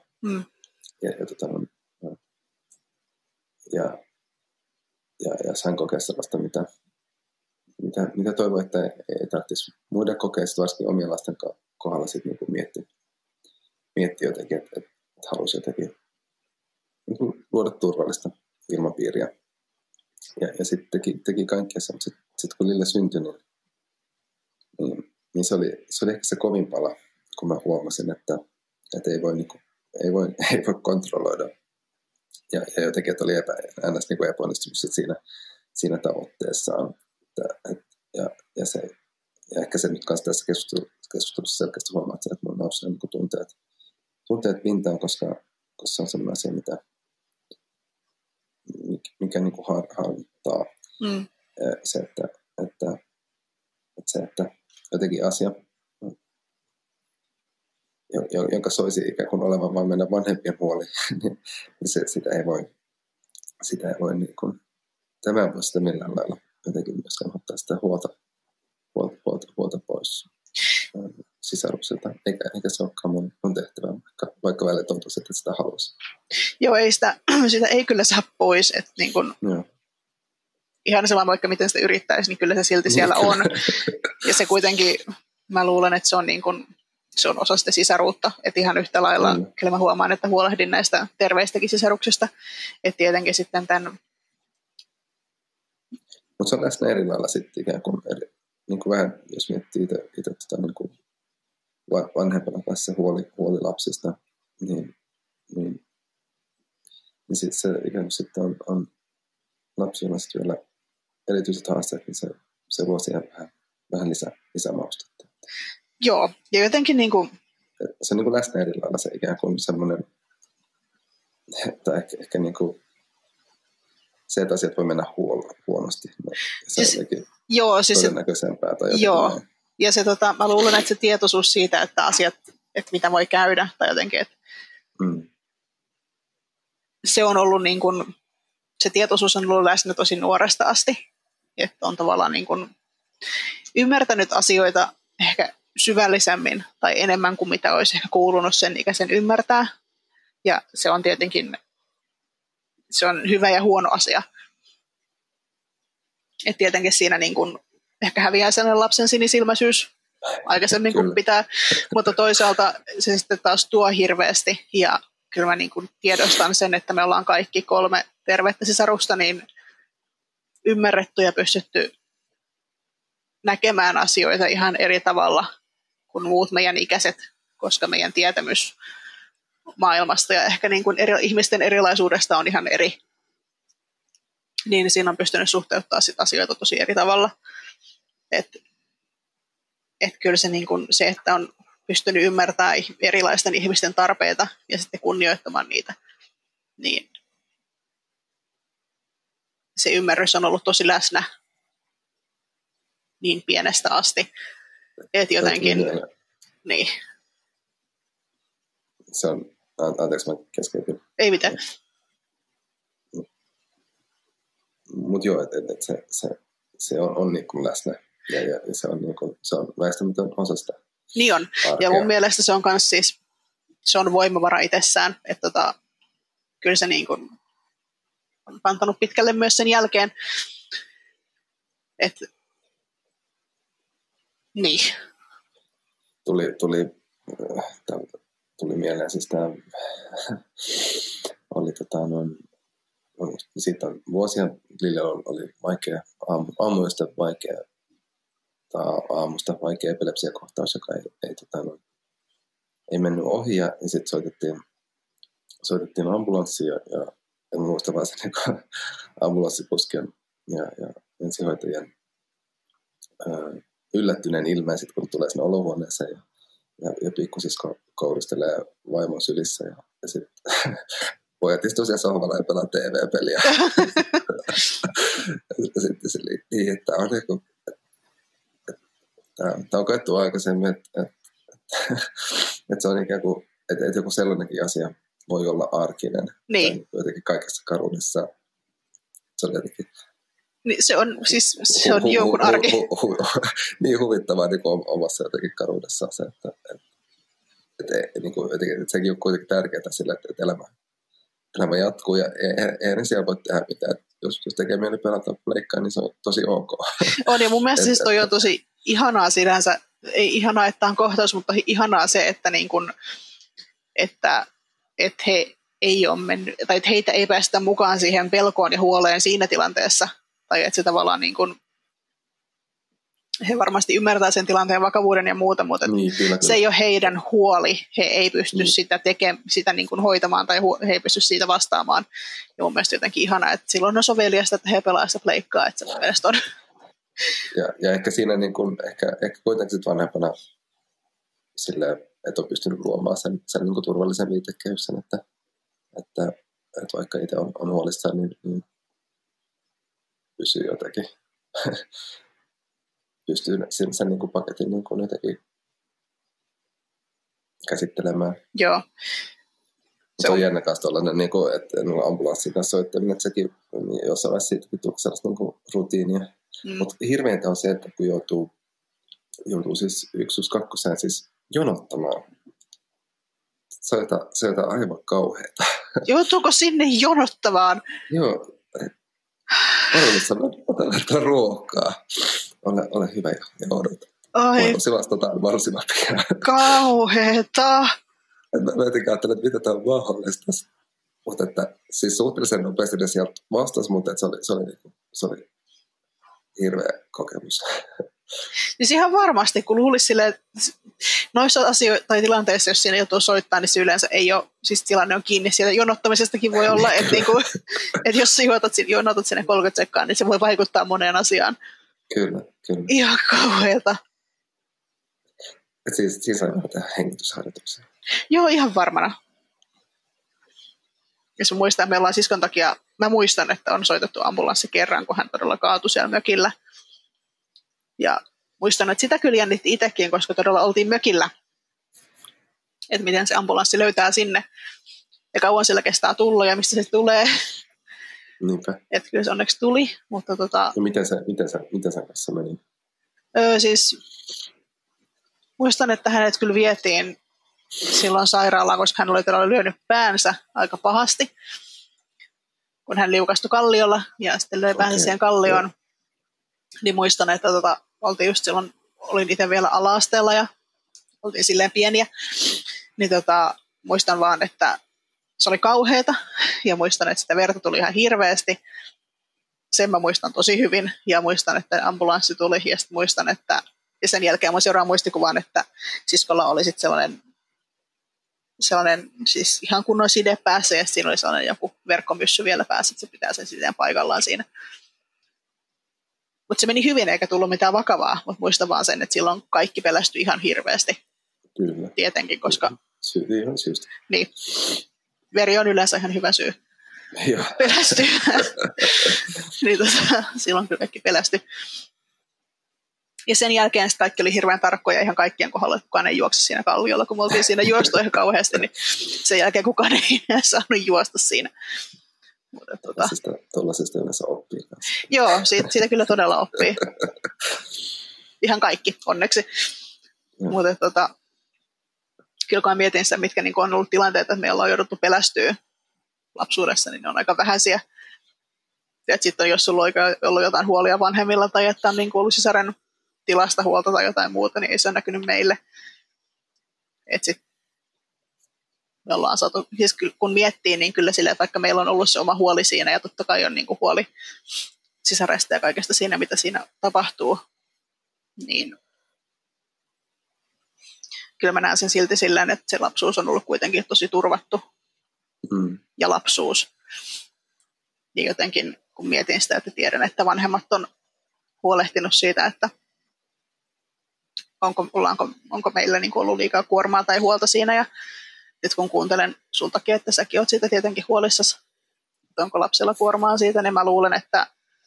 Ja sain kokea sellaista, mitä toivon, että ei tarvitsisi muiden kokea, varsinkin omien lasten kohdalla sitten niin miettiä jotenkin, että halusi jotenkin niin luoda turvallista ilmapiiriä. Ja sitten teki kaikkea sen. Sitten kun Lille syntyi, niin se oli ehkä se kovin pala, kun mä huomasin, että ei voi kontrolloida. Ja jotenkin, että oli epäonnistunut siinä tavoitteessaan. Ja ehkä se nyt kanssa tässä keskustelussa selkeästi huomaa, että mun nousee niin tunteet pintaan, koska se on sellainen asia, mikä niin kuin harmittaa. Se, että jotenkin asia, jonka soisi ikään kuin olevan vain meidän vanhempien huoli, niin sitä ei voi niin kuin, tämä voi sitä millään lailla jotenkin myöskään ottaa sitä huolta pois sisaruksilta, eikä se olekaan mun tehtävä, vaikka välillä tuntuisi, että sitä haluaisi. Joo, sitä ei kyllä saa pois, että niin kun, ihan sama vaikka miten sitä yrittäisi, niin kyllä se silti siellä on. Ja se kuitenkin, mä luulen, että se on niin kun, se on osa sitä sisaruutta. Että ihan yhtä lailla, kyllä mä huomaan, että huolehdin näistä terveistäkin sisaruksista. Että tietenkin sitten tämän... Mutta se on läsnä eri lailla sitten ikään kuin, niin kuin vähän, jos miettii itse niin kuin vanhempana kanssa huoli lapsista, niin sitten se ikään kuin sitten on lapsilla sitten vielä erityiset haasteet, niin se luo siihen vähän lisämaustetta. Joo, ja jotenkin niin kuin... Se on niin kuin läsnä eri lailla se ikään kuin semmoinen, että ehkä niin kuin se, että asiat voi mennä huonosti. Se on jotenkin todennäköisempää. Joo, ja se, mä luulen, että se tietoisuus siitä, että asiat, että mitä voi käydä, tai jotenkin, että se on ollut niin kuin, se tietoisuus on ollut läsnä tosi nuoresta asti, että on tavallaan niin kuin ymmärtänyt asioita ehkä syvällisemmin tai enemmän kuin mitä olisi ehkä kuulunut sen ikäisen ymmärtää, ja se on tietenkin se on hyvä ja huono asia. Et tietenkin siinä niin kun ehkä häviää sellainen lapsen sinisilmäisyys aikaisemmin kuin pitää, mutta toisaalta se sitten taas tuo hirveästi. Ja kyllä mä niin kun tiedostan sen, että me ollaan kaikki 3 tervettä sisarusta niin ymmärretty ja pystytty näkemään asioita ihan eri tavalla kuin muut meidän ikäiset, koska meidän tietämys maailmasta ja ehkä niin kuin ihmisten erilaisuudesta on ihan eri, niin siinä on pystynyt suhteuttaa sit asioita tosi eri tavalla. Et kyllä se, niin kuin se, että on pystynyt ymmärtämään erilaisten ihmisten tarpeita ja sitten kunnioittamaan niitä, niin se ymmärrys on ollut tosi läsnä niin pienestä asti, että jotenkin, niin. Se on, anteeksi mä keskeytin. Ei mitään. Mutta joo, että se on niin kuin läsnä ja se on väistämätön osa sitä. Niin on. Arkea. Ja mun mielestä se on myös siis, se on voimavara itsessään, että kyllä se niin kuin on kantanut pitkälle myös sen jälkeen. Että niin. Tuli mieleen siis tämä, oli siitä on vuosia, Liljalla oli vaikea, aamuyöstä vaikea, aamusta vaikea epilepsiakohtaus, joka ei mennyt ohi, ja sitten soitettiin ambulanssiin, ja en muista vaan sen ambulanssipusken ja ensihoitajien yllättyneen ilmeen, sit, kun tulee sinne olohuoneeseen, ja pikkusisko kouristelee vaimon sylissä, ja sitten pojat istuu siellä sohvalla ja pelaa TV-peliä. Ja sitten se niin, että on joku, tämä on koettu aikaisemmin, että se on ikään kuin, että joku sellainenkin asia voi olla arkinen. Niin. Jotenkin kaikessa karuudessa. Se on jotenkin... Niin se on, siis se on jonkun arki. Niin huvittavaa niin kuin omassa jotenkin karuudessaan se, että sekin on kuitenkin tärkeää sillä, että elämä jatkuu ja eihän siellä voi tehdä mitään. Jos tekee mieli pelata pleikkaa, niin se on tosi ok. On, ja mun mielestä siis toi on tosi ihanaa sinänsä, ei ihanaa, että on kohtaus, mutta ihanaa se, että, niin kun, että he ei ole mennyt, tai että heitä ei päästä mukaan siihen pelkoon ja huoleen siinä tilanteessa, tai että se tavallaan niin kun, he varmasti ymmärtää sen tilanteen vakavuuden ja muuta, mutta niin, kyllä. Se ei ole heidän huoli. He ei pysty sitä niin kuin hoitamaan tai he ei pysty siitä vastaamaan. Ja mun mielestä jotenkin ihanaa, että silloin on soveliasta, että he pelaa sitä pleikkaa, että se mun mielestä on. Ja ehkä siinä niin kuin, ehkä kuitenkin sit vanhempana silleen, että on pystynyt luomaan sen niin kuin turvallisen viitekehyksen, että vaikka itse on huolissaan, niin pysyy jotenkin pystyy sen niin kuin paketin niin kuin jotenkin käsittelemään. Joo. Se on jännä kanssa tuollainen, niin kuin, että ambulanssin kanssa soittaminen, että sekin jossain vaiheessa siitäkin tuli sellaista niin kuin rutiinia. Mutta hirveintä on se, että kun joutuu siis 112 siis jonottamaan. Se on aivan kauheata. Joutuuko sinne jonottamaan? Joo. Palvelussa otan ruokaa. Ole hyvä ja odota. Ai, Voisi vastata mahdollisimman pian. kauheeta. Mä jotenkin ajattelin, että mitä tämä on mahdollista. Mutta että siis suhteellisen nopeasti ne sieltä vastasi, mutta että se oli hirveä kokemus. Siis ihan varmasti, kun luulisi silleen, että noissa asioissa tai tilanteissa, jos siinä joutuu soittaa, niin se yleensä ei ole, siis tilanne on kiinni. Sieltä jonottamisestakin voi olla, että, niinku, että jos sä jonotat sinne 30 sekkaan, niin se voi vaikuttaa moneen asiaan. Kyllä. Ihan kauheeta. Siis aina tehdä hengitysharjoituksia. Joo, ihan varmana. Ja se muistaa, että meillä on siskon takia, mä muistan, että on soitettu ambulanssi kerran, kun hän todella kaatui siellä mökillä. Ja muistan, että sitä kyllä jännitti itsekin, koska todella oltiin mökillä. Että miten se ambulanssi löytää sinne. Ja kauan sillä kestää tulla ja mistä se tulee. Niinpä. Että kyllä se onneksi tuli. Mutta ja miten sen kanssa meni? Siis muistan, että hänet kyllä vietiin silloin sairaalaan, koska hän oli todella lyönyt päänsä aika pahasti. Kun hän liukastui kalliolla ja sitten löi päänsä siihen kallioon. Niin muistan, että oltiin just silloin, olin itse vielä ala-asteella ja oltiin silleen pieniä. Niin muistan vaan, että se oli kauheata ja muistan, että sitä verta tuli ihan hirveästi. Sen mä muistan tosi hyvin ja muistan, että ambulanssi tuli ja sitten muistan, että ja sen jälkeen mun seuraan muistikuvan, että siskolla oli sitten sellainen siis ihan kunnon side päässä ja siinä oli sellainen joku verkkomyssy vielä päässä, että se pitää sen sideen paikallaan siinä. Mutta se meni hyvin eikä tullut mitään vakavaa, mutta muistan vaan sen, että silloin kaikki pelästyi ihan hirveästi. Kyllä. Tietenkin, koska ihan syystä. Niin. Veri on yleensä ihan hyvä syy pelästyä. Niin silloin kyllä kaikki pelästyi. Ja sen jälkeen kaikki oli hirveän tarkkoja ihan kaikkien kohdalla, että kukaan ei juokse siinä kalliolla, kun me oltiin siinä juostu ihan kauheasti, niin sen jälkeen kukaan ei saanut juosta siinä. Tuollaisesta yleensä oppii kanssa. Joo, siitä kyllä todella oppii. Ihan kaikki, onneksi. Mutta kyllä kun mietin sitä, mitkä niin on ollut tilanteet, että meillä on jouduttu pelästyä lapsuudessa, niin ne on aika vähäisiä. Sitten jos sulla on ollut jotain huolia vanhemmilla tai että on niin ollut sisaren tilasta huolta tai jotain muuta, niin ei se ole näkynyt meille. Et sit me ollaan saatu, siis kun miettii, niin kyllä silleen, että vaikka meillä on ollut se oma huoli siinä ja totta kai on niin kuin huoli sisaresta ja kaikesta siinä, mitä siinä tapahtuu, niin kyllä mä näen sen silti silleen, että se lapsuus on ollut kuitenkin tosi turvattu ja lapsuus. Niin jotenkin, kun mietin sitä, että tiedän, että vanhemmat on huolehtinut siitä, että onko meillä niin kuin ollut liikaa kuormaa tai huolta siinä. Ja nyt kun kuuntelen sultakin, että säkin oot siitä tietenkin huolissasi, että onko lapsella kuormaa siitä, niin mä luulen, että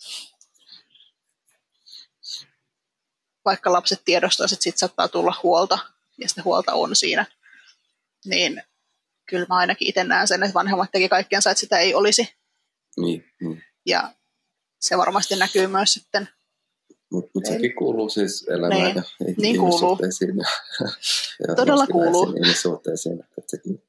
vaikka lapset tiedostaisivat, että siitä saattaa tulla huolta, ja sitä huolta on siinä, niin kyllä mä ainakin itse näen sen, että vanhemmat teki kaikkiansa, että sitä ei olisi. Niin. Ja se varmasti näkyy myös sitten. Mutta sekin kuuluu siis elämään ja ihmissuhteisiin. Ja todella kuuluu. Ihmissuhteisiin, että sekin.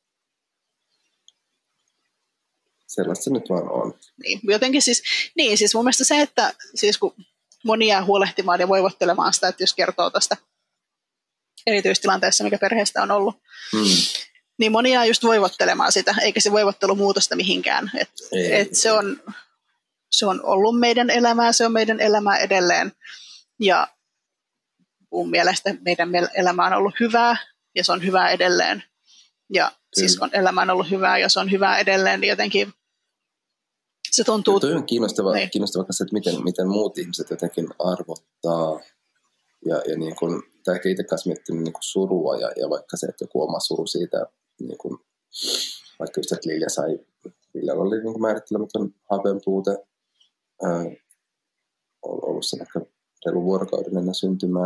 Sellaista se nyt vaan on. Niin, jotenkin siis mun mielestä se, että siis kun moni jää huolehtimaan ja voivottelemaan sitä, että jos kertoo tästä erityistilanteessa, mikä perheestä on ollut, niin moni jää just voivottelemaan sitä, eikä se voivottelu muuta sitä mihinkään. Se on ollut meidän elämää, se on meidän elämää edelleen. Ja mun mielestä meidän elämä on ollut hyvää, ja se on hyvää edelleen. Ja siskon elämä on ollut hyvää, ja se on hyvää edelleen, niin jotenkin se tuntuu. Tuo on kiinnostava kanssa, että miten muut ihmiset jotenkin arvottaa. Ja niin kuin, tai ehkä itse kanssa miettinyt niin kuin surua, ja vaikka se, että joku oma suru siitä, niin kuin, vaikka just, että Liljalla oli niin kuin määrittelemätön hapenpuute, ollut sen ehkä reilu vuorokauden ennen syntymää.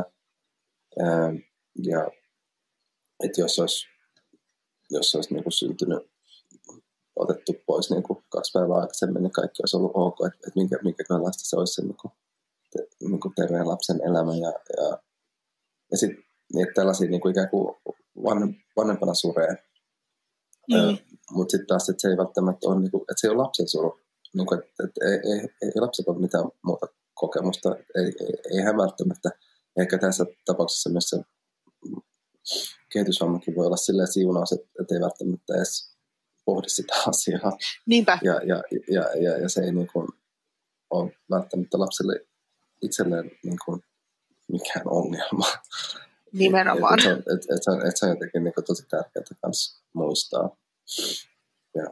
Ja että jos olisi niin kuin syntynyt, otettu pois niin kuin 2 päivää aikaisemmin, niin kaikki olisi ollut ok, että minkälaista se olisi se niin kuin terveen lapsen elämä. Ja sitten niin, tällaisia niin kuin ikään kuin vanhempana suree. Mutta sitten taas, että se ei välttämättä ole, niin kuin, että se ei ole lapsen suru. Niin kuin, että ei lapset ole mitään muuta kokemusta. Ei hän välttämättä Ehkä tässä tapauksessa myös se kehitysvammakin voi olla silleen siunaus, että ei välttämättä edes pohdi sitä asiaa. Niinpä. Ja se ei niin kuin ole välttämättä lapselle itselleen niin kuin mikään ongelma. Nimenomaan. Se on jotenkin niin kuin tosi tärkeää myös muistaa. Ja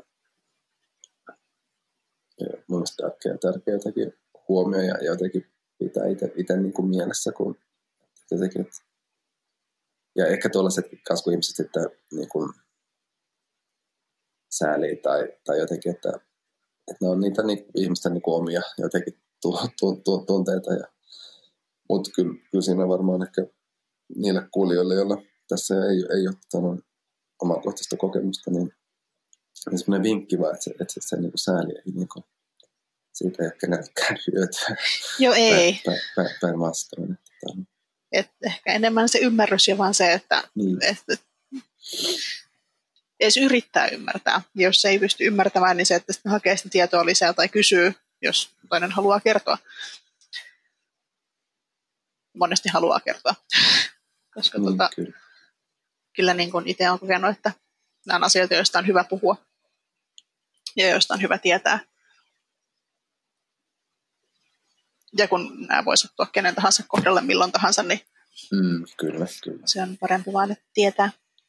mun mielestä tärkeä jotenkin huomioon ja jotenkin pitää itse niin kuin mielessä, kun jotenkin, ja ehkä tuollaiset kanssa, kun ihmiset sitten niin kuin säälii tai jotenkin, että ne on niitä niin ihmisten niin kuin omia jotenkin tunteita. Mutta kyllä siinä varmaan ehkä niille kuulijoille, joilla tässä ei ole omakohtaista kokemusta, niin semmoinen vinkki vaan, että se niin kuin sääli ei niin kuin, siitä ei ole kenellekään hyötyä. Joo, ei. Päinvastoin. Ehkä enemmän se ymmärrys ja vaan se, että edes yrittää ymmärtää. Jos ei pysty ymmärtämään, niin se, että sitten hakee sitä tietoa lisää tai kysyy, jos toinen haluaa kertoa. Monesti haluaa kertoa. Koska kyllä niin kuin itse olen kokenut, että nämä on asioita, joista on hyvä puhua ja joista on hyvä tietää. Ja kun nämä voi sattua kenen tahansa kohdalle milloin tahansa, niin kyllä. Se on parempi vaan, että tietää.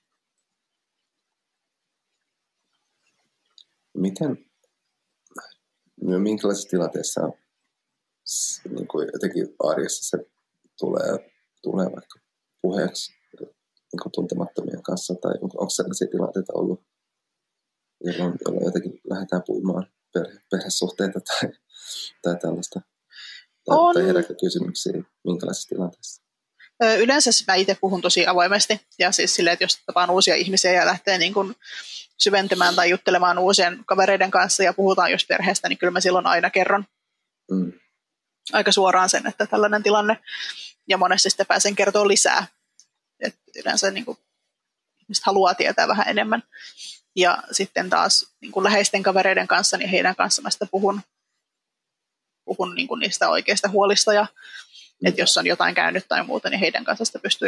Minkälaisissa tilanteissa niin kuin jotenkin arjessa se tulee vaikka puheeksi niin kuin tuntemattomien kanssa, tai onko sellaisia tilanteita ollut, jolloin jotenkin lähdetään puimaan perhesuhteita tai tällaista? Tai herääkö kysymyksiä minkälaisissa tilanteissa? Yleensä mä itse puhun tosi avoimesti, ja siis silleen, että jos tapaan uusia ihmisiä ja lähtee niin kuin syventymään tai juttelemaan uusien kavereiden kanssa ja puhutaan just perheestä, niin kyllä mä silloin aina kerron aika suoraan sen, että tällainen tilanne, ja monesti sitten pääsen kertoa lisää. Et yleensä niin kuin ihmiset haluaa tietää vähän enemmän. Ja sitten taas niin kuin läheisten kavereiden kanssa, niin heidän kanssa mä sitten puhun niin kuin niistä oikeista huolista, ja että jos on jotain käynyt tai muuta, niin heidän kanssa sitä pystyy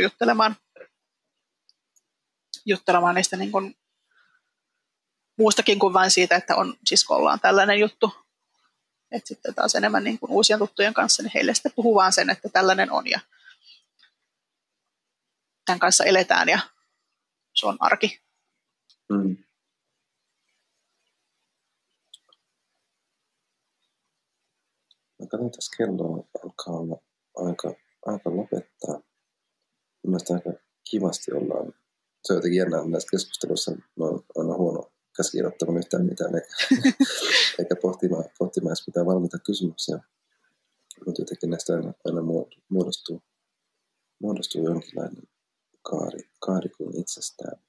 juttelemaan niistä niin kuin muustakin kuin vain siitä, että on siskolla on tällainen juttu. Että sitten taas enemmän niin kuin uusien tuttujen kanssa, niin heille sitten puhuu vaan sen, että tällainen on ja tämän kanssa eletään ja se on arki. Katsotaan, kello alkaa olla aika lopettaa. Mielestäni aika kivasti ollaan. Se on jotenkin jännää näissä keskusteluissa. Mä oon aina huono käsikirjoittamaan yhtään mitään, eikä pohtimaan edes mitään valmiita kysymyksiä. Mutta jotenkin näistä aina muodostuu jonkinlainen kaari kuin itsestään.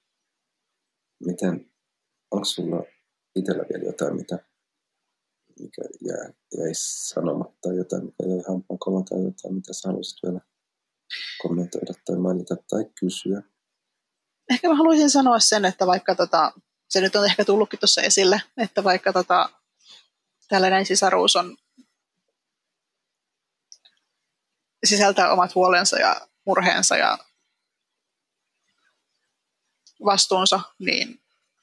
Onko sulla itsellä vielä jotain, mikä jäi sanomatta, jotain, mikä jäi hampaankoloon tai jotain, mitä sä haluaisit vielä kommentoida tai mainita tai kysyä? Ehkä mä haluaisin sanoa sen, että vaikka se nyt on ehkä tullutkin tuossa esille, että vaikka tällainen sisaruus sisältää omat huolensa ja murheensa ja vastuunsa, niin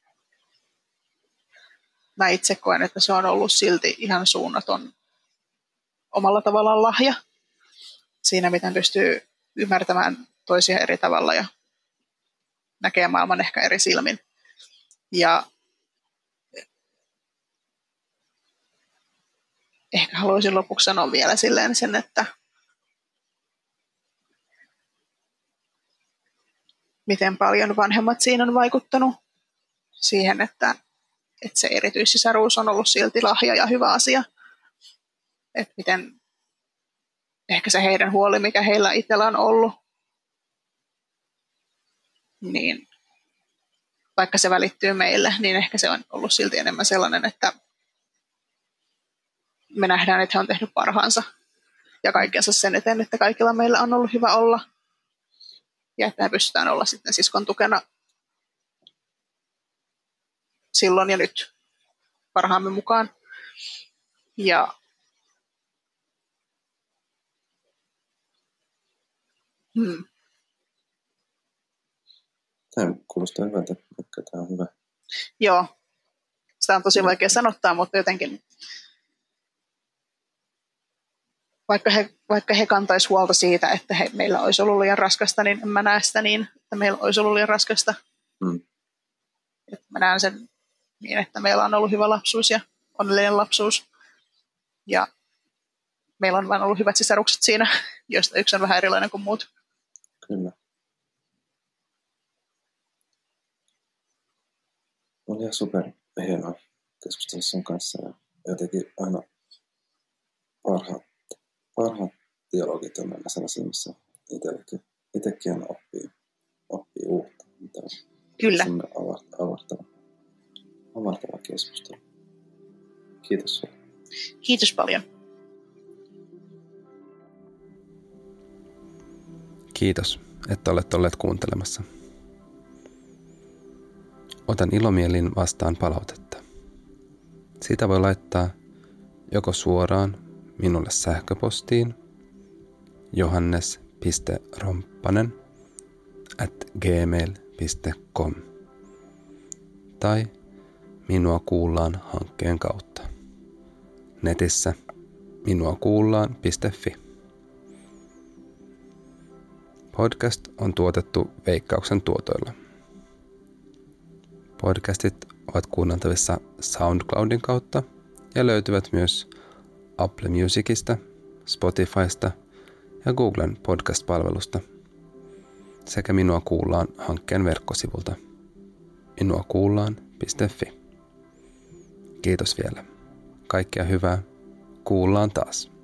mä itse koen, että se on ollut silti ihan suunnaton omalla tavallaan lahja siinä, miten pystyy ymmärtämään toisia eri tavalla ja näkee maailman ehkä eri silmin. Ja ehkä haluaisin lopuksi sanoa vielä silleen sen, että miten paljon vanhemmat siinä on vaikuttanut siihen, että se erityissisaruus on ollut silti lahja ja hyvä asia. Että miten ehkä se heidän huoli, mikä heillä itsellä on ollut, niin vaikka se välittyy meille, niin ehkä se on ollut silti enemmän sellainen, että me nähdään, että he on tehnyt parhaansa ja kaikkensa sen eteen, että kaikilla meillä on ollut hyvä olla. Ja että me pystytään olla sitten siskon tukena silloin ja nyt parhaamme mukaan. Ja Tämä kuulostaa hyvältä, että tämä on hyvä. Joo, sitä on tosi vaikea sanottaa, mutta jotenkin vaikka he kantaisi huolta siitä, että meillä olisi ollut liian raskasta, niin en mä näe sitä niin, että meillä olisi ollut liian raskasta. Että mä näen sen niin, että meillä on ollut hyvä lapsuus ja onnellinen lapsuus. Ja meillä on vain ollut hyvät sisarukset siinä, joista yksi on vähän erilainen kuin muut. Kyllä. On ihan super hienoa keskustella sun kanssa ja jotenkin aina parhaat dialogit on aina sellaisia, missä itsekin aina oppii uutta. Kyllä. Avartava keskustelu. Kiitos sinulle. Kiitos paljon. Kiitos, että olet olleet kuuntelemassa. Otan ilomielin vastaan palautetta. Siitä voi laittaa joko suoraan minulle sähköpostiin johannes.romppanen@gmail.com tai Minua kuullaan hankkeen kautta. Netissä minuakuullaan.fi. Podcast on tuotettu Veikkauksen tuotoilla. Podcastit ovat kuunneltavissa SoundCloudin kautta ja löytyvät myös Apple Musicista, Spotifysta ja Googlen podcast-palvelusta sekä Minua kuullaan hankkeen verkkosivulta minuakuullaan.fi. Kiitos vielä. Kaikkea hyvää. Kuullaan taas.